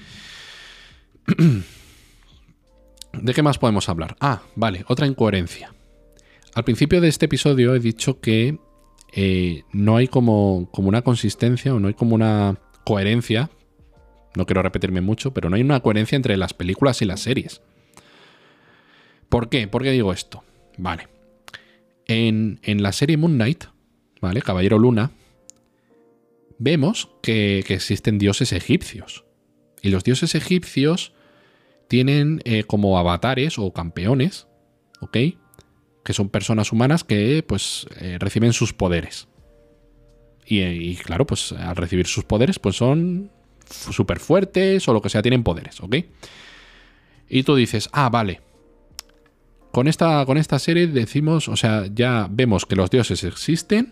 ¿De qué más podemos hablar? Ah, vale, otra incoherencia. Al principio de este episodio he dicho que eh, no hay como, como una consistencia o no hay como una coherencia. No quiero repetirme mucho, pero no hay una coherencia entre las películas y las series. ¿Por qué? ¿Por qué digo esto? Vale. En, en la serie Moon Knight, ¿vale? Caballero Luna, vemos que, que existen dioses egipcios. Y los dioses egipcios tienen eh, como avatares o campeones, ¿ok? Que son personas humanas que pues eh, reciben sus poderes. Y, y claro, pues al recibir sus poderes, pues son súper fuertes o lo que sea, tienen poderes, ¿ok? Y tú dices, ah, vale. Con esta, con esta serie decimos, o sea, ya vemos que los dioses existen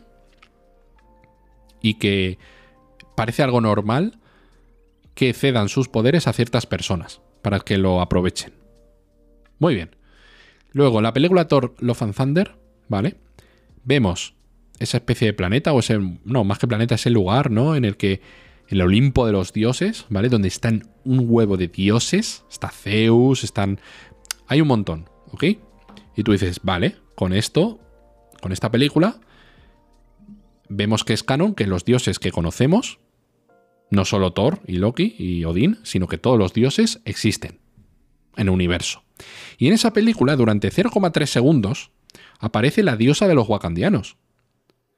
y que parece algo normal que cedan sus poderes a ciertas personas para que lo aprovechen. Muy bien. Luego, en la película Thor Love and Thunder, ¿vale? Vemos esa especie de planeta, o ese, no, más que planeta, ese lugar, ¿no? En el que, el Olimpo de los dioses, ¿vale? Donde están un huevo de dioses, está Zeus, están... Hay un montón, ¿ok? Y tú dices, vale, con esto, con esta película, vemos que es canon que los dioses que conocemos, no solo Thor y Loki y Odín, sino que todos los dioses existen en el universo. Y en esa película, durante cero coma tres segundos, aparece la diosa de los wakandianos.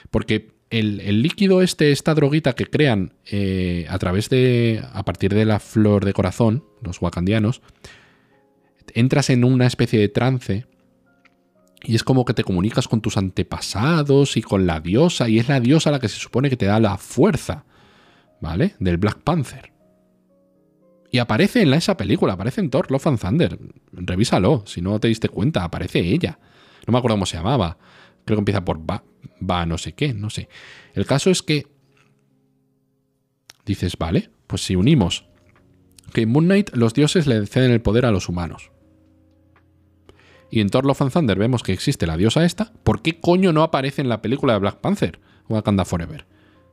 Porque el, el líquido este, esta droguita que crean eh, a través de, a partir de la flor de corazón, los wakandianos, entras en una especie de trance y es como que te comunicas con tus antepasados y con la diosa, y es la diosa la que se supone que te da la fuerza, ¿vale? Del Black Panther. Y aparece en esa película, aparece en Thor, Love and Thunder. Revísalo, si no te diste cuenta, aparece ella. No me acuerdo cómo se llamaba. Creo que empieza por va, va no sé qué, no sé. El caso es que dices, vale, pues si unimos que en Moon Knight los dioses le ceden el poder a los humanos. Y en Thor Love and Thunder vemos que existe la diosa esta, ¿por qué coño no aparece en la película de Black Panther? Wakanda Forever.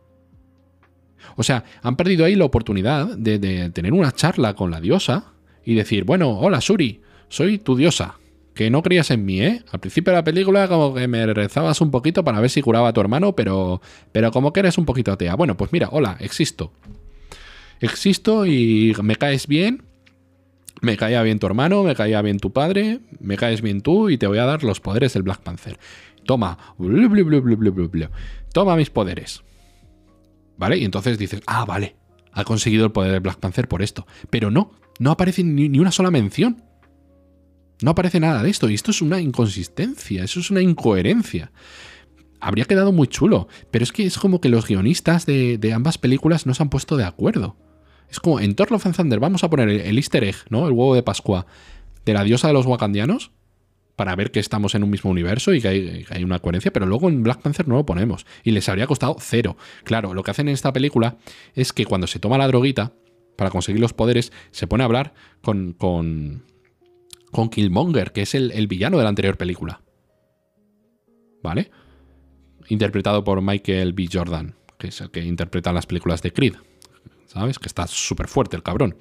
O sea, han perdido ahí la oportunidad de, de tener una charla con la diosa y decir, bueno, hola Shuri, soy tu diosa, que no creías en mí, ¿eh? Al principio de la película como que me rezabas un poquito para ver si curaba a tu hermano, pero, pero como que eres un poquito atea. Bueno, pues mira, hola, existo. Existo y me caes bien, me caía bien tu hermano, me caía bien tu padre, me caes bien tú y te voy a dar los poderes del Black Panther. Toma, blu, blu, blu, blu, blu, blu. Toma mis poderes. ¿Vale? Y entonces dices, ah, vale, ha conseguido el poder del Black Panther por esto. Pero no, no aparece ni, ni una sola mención. No aparece nada de esto. Y esto es una inconsistencia, eso es una incoherencia. Habría quedado muy chulo, pero es que es como que los guionistas de, de ambas películas no se han puesto de acuerdo. Es como, en Thor Love and Thunder vamos a poner el, el easter egg, ¿no? El huevo de Pascua de la diosa de los wakandianos, para ver que estamos en un mismo universo y que hay, que hay una coherencia, pero luego en Black Panther no lo ponemos. Y les habría costado cero. Claro, lo que hacen en esta película es que cuando se toma la droguita para conseguir los poderes, se pone a hablar con, con, con Killmonger, que es el, el villano de la anterior película. ¿Vale? Interpretado por Michael B. Jordan, que es el que interpreta las películas de Creed. ¿Sabes? Que está súper fuerte el cabrón.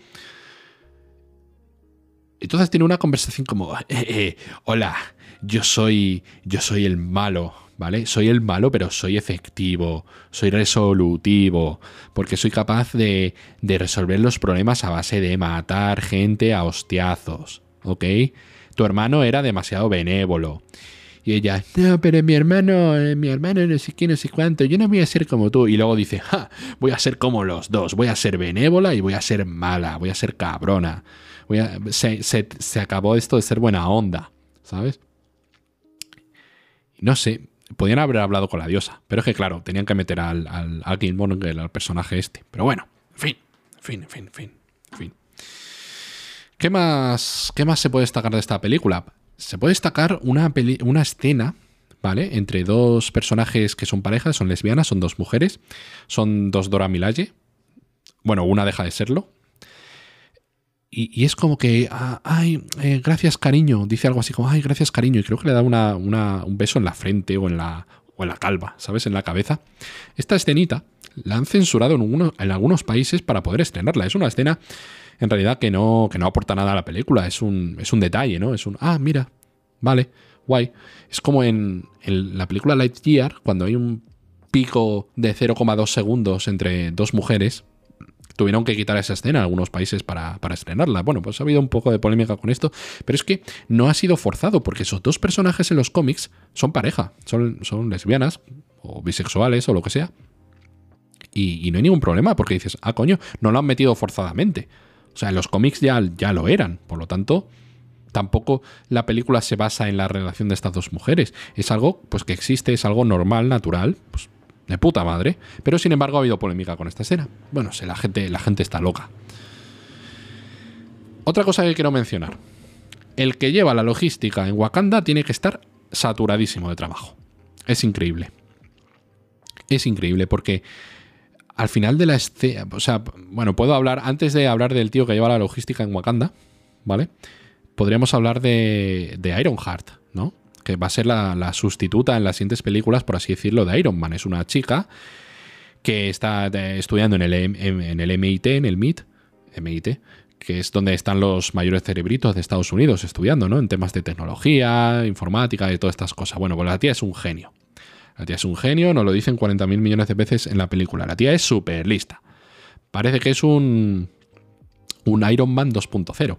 Entonces tiene una conversación como, eh, eh, hola, yo soy, yo soy el malo, ¿vale? Soy el malo, pero soy efectivo, soy resolutivo, porque soy capaz de, de resolver los problemas a base de matar gente a hostiazos, ¿ok? Tu hermano era demasiado benévolo. Y ella, no, pero mi hermano, eh, mi hermano no sé qué, no sé cuánto, yo no voy a ser como tú. Y luego dice, ja, voy a ser como los dos, voy a ser benévola y voy a ser mala, voy a ser cabrona. Voy a, se, se, se acabó esto de ser buena onda, ¿sabes? No sé, podían haber hablado con la diosa, pero es que claro, tenían que meter al, al, al Killmonger, al personaje este. Pero bueno, en fin, en fin, en fin, en fin, en fin. ¿Qué más, qué más se puede destacar de esta película? Se puede destacar una, peli una escena, ¿vale? Entre dos personajes que son parejas, son lesbianas, son dos mujeres, son dos Dora Milaje. Bueno, una deja de serlo. Y, y es como que, ah, ay, eh, gracias cariño, dice algo así como, ay, gracias cariño, y creo que le da una, una, un beso en la frente o en la, o en la calva, ¿sabes? En la cabeza. Esta escenita la han censurado en, uno, en algunos países para poder estrenarla. Es una escena, en realidad, que no, que no aporta nada a la película, es un, es un detalle, ¿no? Es un, ah, mira, vale, guay. Es como en, en la película Lightyear, cuando hay un pico de cero coma dos segundos entre dos mujeres. Tuvieron que quitar esa escena en algunos países para, para estrenarla. Bueno, pues ha habido un poco de polémica con esto, pero es que no ha sido forzado, porque esos dos personajes en los cómics son pareja, son, son lesbianas o bisexuales o lo que sea. Y, y no hay ningún problema, porque dices, ah, coño, no lo han metido forzadamente. O sea, en los cómics ya, ya lo eran, por lo tanto, tampoco la película se basa en la relación de estas dos mujeres. Es algo pues que existe, es algo normal, natural, pues de puta madre. Pero sin embargo ha habido polémica con esta escena. Bueno, la gente, la gente está loca. Otra cosa que quiero mencionar. El que lleva la logística en Wakanda tiene que estar saturadísimo de trabajo. Es increíble. Es increíble porque al final de la escena... O sea, bueno, puedo hablar... Antes de hablar del tío que lleva la logística en Wakanda, ¿vale? Podríamos hablar de, de Ironheart, ¿no? Que va a ser la, la sustituta en las siguientes películas, por así decirlo, de Iron Man. Es una chica que está estudiando en el, en el M I T, en el M I T, M I T, que es donde están los mayores cerebritos de Estados Unidos estudiando, ¿no? En temas de tecnología, informática y todas estas cosas. Bueno, pues la tía es un genio. La tía es un genio, nos lo dicen cuarenta mil millones de veces en la película. La tía es súper lista. Parece que es un, un Iron Man dos punto cero.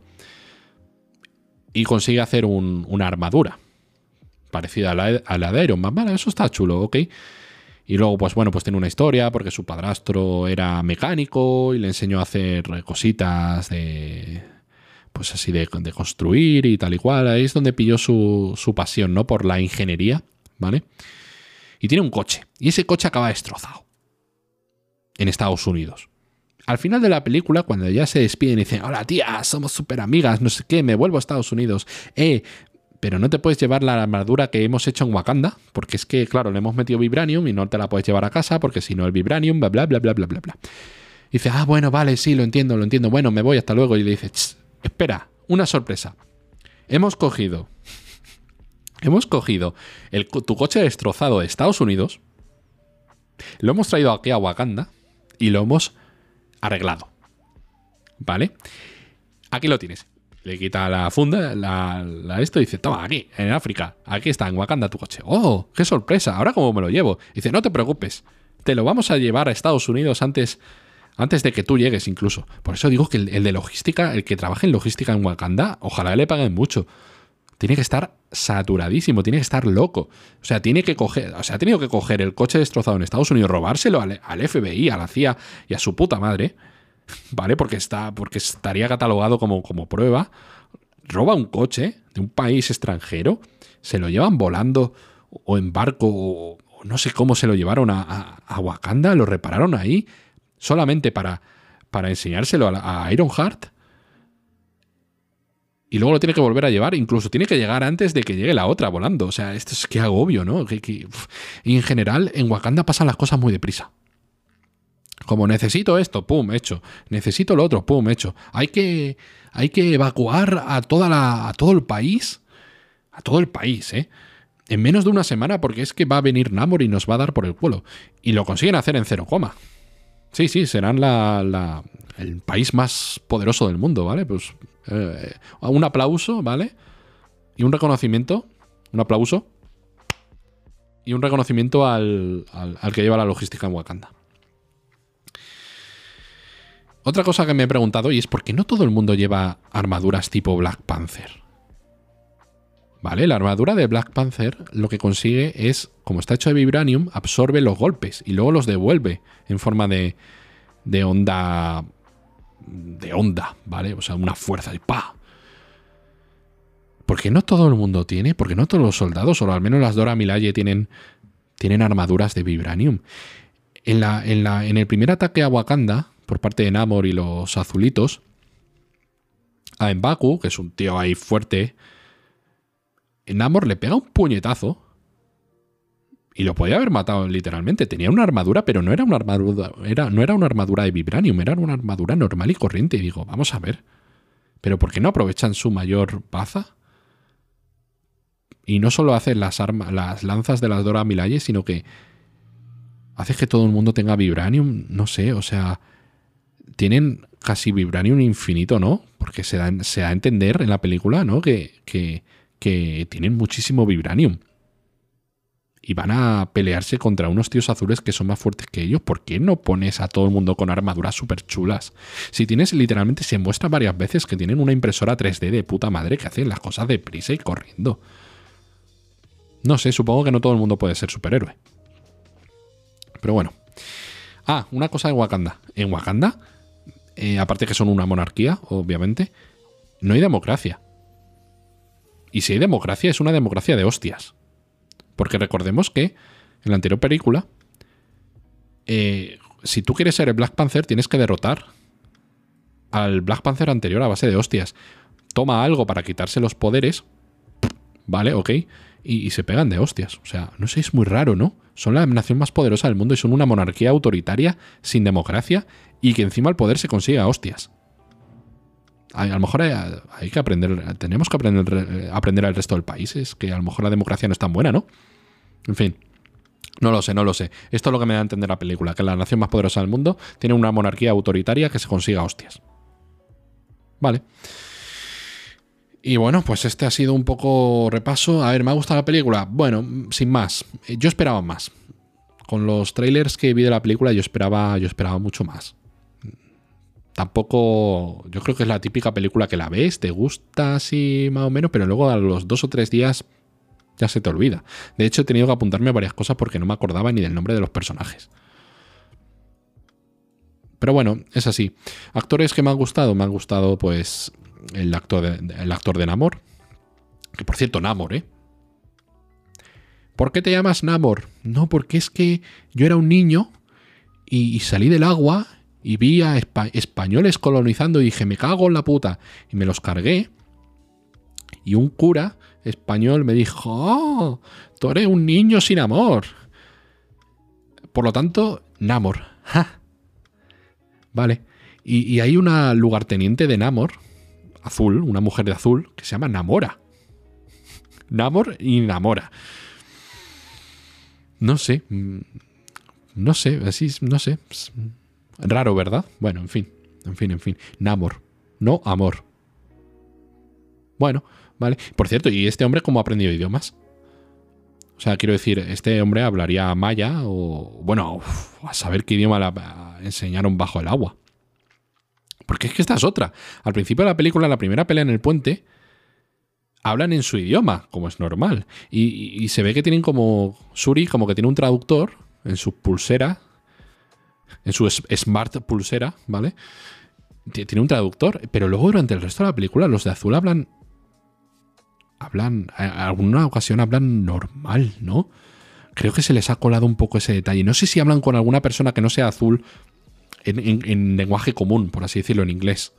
Y consigue hacer un, una armadura parecida a la, a la de Iron Man. Vale, eso está chulo, ok. Y luego, pues bueno, pues tiene una historia porque su padrastro era mecánico y le enseñó a hacer cositas de... pues así de, de construir y tal y cual. Ahí es donde pilló su, su pasión, ¿no? Por la ingeniería, ¿vale? Y tiene un coche. Y ese coche acaba destrozado. En Estados Unidos. Al final de la película, cuando ya se despiden y dicen, hola tía, somos súper amigas, no sé qué, me vuelvo a Estados Unidos. Eh, pero no te puedes llevar la armadura que hemos hecho en Wakanda, porque es que, claro, le hemos metido vibranium y no te la puedes llevar a casa, porque si no el vibranium, bla, bla, bla, bla, bla, bla, bla. Y dice, ah, bueno, vale, sí, lo entiendo, lo entiendo. Bueno, me voy, hasta luego. Y le dice, espera, una sorpresa. Hemos cogido, hemos cogido el, tu coche destrozado de Estados Unidos, lo hemos traído aquí a Wakanda y lo hemos arreglado. ¿Vale? Aquí lo tienes. Le quita la funda, la, la esto, y dice, toma, aquí, en África. Aquí está, en Wakanda tu coche. ¡Oh, qué sorpresa! ¿Ahora cómo me lo llevo? Dice, no te preocupes. Te lo vamos a llevar a Estados Unidos antes, antes de que tú llegues incluso. Por eso digo que el, el de logística, el que trabaje en logística en Wakanda, ojalá le paguen mucho. Tiene que estar saturadísimo, tiene que estar loco. O sea, tiene que coger, o sea, ha tenido que coger el coche destrozado en Estados Unidos, robárselo al, al F B I, a la C I A y a su puta madre, ¿vale? Porque está, porque estaría catalogado como, como prueba. Roba un coche de un país extranjero, se lo llevan volando o en barco, o, o no sé cómo se lo llevaron a, a, a Wakanda, lo repararon ahí, solamente para, para enseñárselo a, a Ironheart. Y luego lo tiene que volver a llevar, incluso tiene que llegar antes de que llegue la otra volando. O sea, esto es que agobio, ¿no? Que, que, y en general, en Wakanda pasan las cosas muy deprisa. Como necesito esto, pum, hecho. Necesito lo otro, pum, hecho. Hay que, hay que evacuar a, toda la, a todo el país. A todo el país, ¿eh? En menos de una semana, porque es que va a venir Namor y nos va a dar por el culo. Y lo consiguen hacer en cero coma. Sí, sí, serán la, la, el país más poderoso del mundo, ¿vale? Pues eh, un aplauso, ¿vale? Y un reconocimiento. Un aplauso. Y un reconocimiento al, al, al que lleva la logística en Wakanda. Otra cosa que me he preguntado y es por qué no todo el mundo lleva armaduras tipo Black Panther. ¿Vale? La armadura de Black Panther lo que consigue es, como está hecho de vibranium, absorbe los golpes y luego los devuelve en forma de, de onda... de onda, ¿vale? O sea, una fuerza y ¡pa! ¿Por qué no todo el mundo tiene? ¿Por qué no todos los soldados, o al menos las Dora Milaje, tienen, tienen armaduras de vibranium? En, la, en, la, en el primer ataque a Wakanda, por parte de Namor y los azulitos, a M'Baku, que es un tío ahí fuerte, Namor le pega un puñetazo y lo podía haber matado literalmente. Tenía una armadura, pero no era una armadura, era, no era una armadura de vibranium, era una armadura normal y corriente. Y digo, vamos a ver, ¿pero por qué no aprovechan su mayor baza? Y no solo hacen las, armas, las lanzas de las Dora Milaje, sino que hace que todo el mundo tenga vibranium, no sé, o sea, tienen casi vibranium infinito, ¿no? Porque se da, se da a entender en la película, ¿no? Que... que que tienen muchísimo vibranium y van a pelearse contra unos tíos azules que son más fuertes que ellos. ¿Por qué no pones a todo el mundo con armaduras súper chulas? Si tienes, literalmente, se muestra varias veces que tienen una impresora tres D de puta madre que hacen las cosas deprisa y corriendo. No sé, supongo que no todo el mundo puede ser superhéroe. Pero bueno. Ah, una cosa de Wakanda. En Wakanda, eh, aparte que son una monarquía, obviamente, no hay democracia. Y si hay democracia, es una democracia de hostias. Porque recordemos que en la anterior película, eh, si tú quieres ser el Black Panther, tienes que derrotar al Black Panther anterior a base de hostias. Toma algo para quitarse los poderes, ¿vale? Ok. Y, y se pegan de hostias. O sea, no sé, es muy raro, ¿no? Son la nación más poderosa del mundo y son una monarquía autoritaria, sin democracia, y que encima el poder se consigue a hostias. A, a lo mejor hay, hay que aprender, tenemos que aprender, aprender al resto del país. Es que a lo mejor la democracia no es tan buena, ¿no? En fin, no lo sé, no lo sé. Esto es lo que me da a entender la película, que la nación más poderosa del mundo tiene una monarquía autoritaria que se consiga a hostias. Vale. Y bueno, pues este ha sido un poco repaso. A ver, ¿me ha gustado la película? Bueno, sin más. Yo esperaba más. Con los trailers que vi de la película yo esperaba, yo esperaba mucho más. Tampoco, yo creo que es la típica película que la ves, te gusta así más o menos, pero luego a los dos o tres días ya se te olvida. De hecho, he tenido que apuntarme varias cosas porque no me acordaba ni del nombre de los personajes. Pero bueno, es así. Actores que me han gustado, me han gustado pues el actor de, el actor de Namor. Que por cierto, Namor, ¿eh? ¿Por qué te llamas Namor? No, porque es que yo era un niño y, y salí del agua y vi a espa españoles colonizando y dije, me cago en la puta. Y me los cargué. Y un cura español me dijo, oh, tú eres un niño sin amor. Por lo tanto, Namor. ¡Ja! Vale. Y, y hay una lugarteniente de Namor, azul, una mujer de azul, que se llama Namora. Namor y Namora. No sé. No sé, así, no sé. Raro, ¿verdad? Bueno, en fin. En fin, en fin. Namor. No amor. Bueno, vale. Por cierto, ¿y este hombre cómo ha aprendido idiomas? O sea, quiero decir, este hombre hablaría maya o... Bueno, uf, a saber qué idioma le enseñaron bajo el agua. Porque es que esta es otra. Al principio de la película, la primera pelea en el puente, hablan en su idioma, como es normal. Y, y, y se ve que tienen como... Shuri como que tiene un traductor en su pulsera, en su smart pulsera, ¿vale? Tiene un traductor, pero luego durante el resto de la película los de azul hablan... Hablan, en alguna ocasión hablan normal, ¿no? Creo que se les ha colado un poco ese detalle. No sé si hablan con alguna persona que no sea azul en, en, en lenguaje común, por así decirlo, en inglés.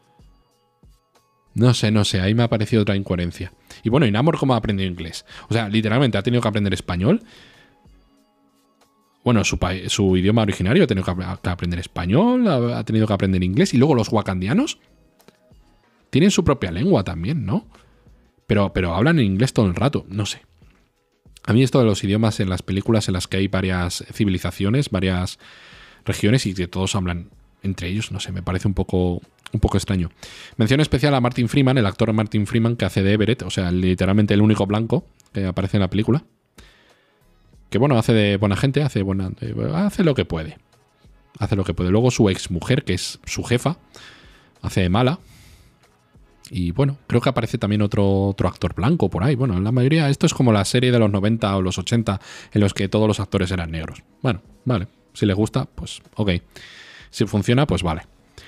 No sé, no sé, ahí me ha parecido otra incoherencia. Y bueno, ¿y Namor cómo ha aprendido inglés? O sea, literalmente ha tenido que aprender español. Bueno, su, su idioma originario ha tenido que aprender español, ha tenido que aprender inglés. Y luego los wakandianos tienen su propia lengua también, ¿no? Pero, pero hablan en inglés todo el rato, no sé. A mí esto de los idiomas en las películas en las que hay varias civilizaciones, varias regiones y que todos hablan entre ellos, no sé, me parece un poco, un poco extraño. Mención especial a Martin Freeman, el actor Martin Freeman que hace de Everett, o sea, literalmente el único blanco que aparece en la película. Que bueno, hace de buena gente, hace, buena, hace lo que puede. Hace lo que puede. Luego su ex mujer, que es su jefa, hace de mala. Y bueno, creo que aparece también otro, otro actor blanco por ahí. Bueno, la mayoría, esto es como la serie de los noventa o los ochenta en los que todos los actores eran negros. Bueno, vale, si les gusta, pues ok. Si funciona, pues vale.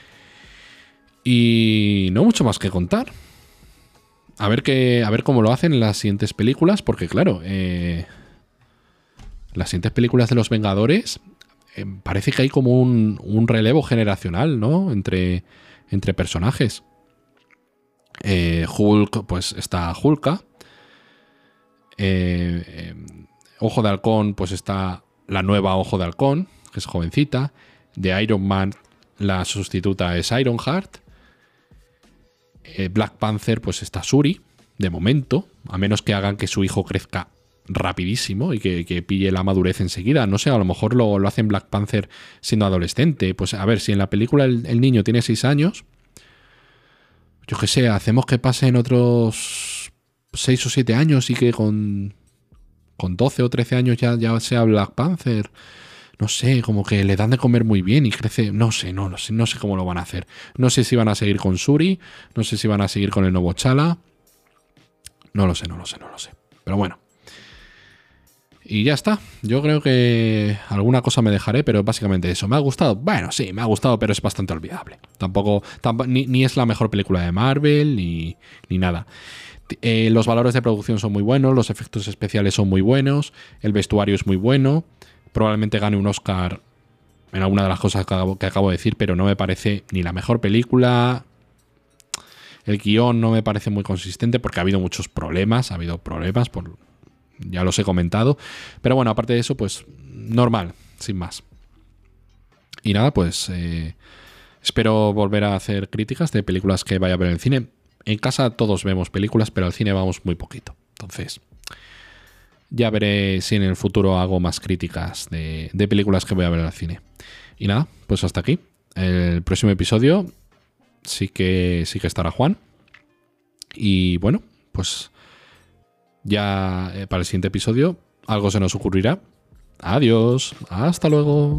Y no mucho más que contar. A ver, qué, a ver cómo lo hacen en las siguientes películas, porque claro, eh, las siguientes películas de los Vengadores eh, parece que hay como un, un relevo generacional, ¿no? Entre, entre personajes. Eh, Hulk, pues está Hulka. Eh, eh, Ojo de Halcón, pues está la nueva Ojo de Halcón, que es jovencita. De Iron Man, la sustituta es Ironheart. Eh, Black Panther, pues está Shuri, de momento, a menos que hagan que su hijo crezca rapidísimo y que, que pille la madurez enseguida. No sé, a lo mejor lo, lo hacen Black Panther siendo adolescente. Pues a ver, si en la película el, el niño tiene seis años... Yo qué sé, hacemos que pasen otros seis o siete años y que con, con doce o trece años ya, ya sea Black Panther. No sé, como que le dan de comer muy bien y crece. No sé, no, no sé, no sé cómo lo van a hacer. No sé si van a seguir con Shuri, no sé si van a seguir con el nuevo Chala. No lo sé, no lo sé, no lo sé. Pero bueno. Y ya está. Yo creo que alguna cosa me dejaré, pero básicamente eso. ¿Me ha gustado? Bueno, sí, me ha gustado, pero es bastante olvidable. Tampoco, tampoco ni, ni es la mejor película de Marvel, ni, ni nada. Eh, los valores de producción son muy buenos, los efectos especiales son muy buenos, el vestuario es muy bueno. Probablemente gane un Oscar en alguna de las cosas que acabo, que acabo de decir, pero no me parece ni la mejor película. El guión no me parece muy consistente porque ha habido muchos problemas, ha habido problemas por... Ya los he comentado. Pero bueno, aparte de eso, pues normal, sin más. Y nada, pues eh, espero volver a hacer críticas de películas que vaya a ver en el cine. En casa todos vemos películas, pero al cine vamos muy poquito. Entonces, ya veré si en el futuro hago más críticas de, de películas que voy a ver al cine. Y nada, pues hasta aquí. El próximo episodio sí que, sí que estará Juan. Y bueno, pues... Ya eh, para el siguiente episodio algo se nos ocurrirá. Adiós. Hasta luego.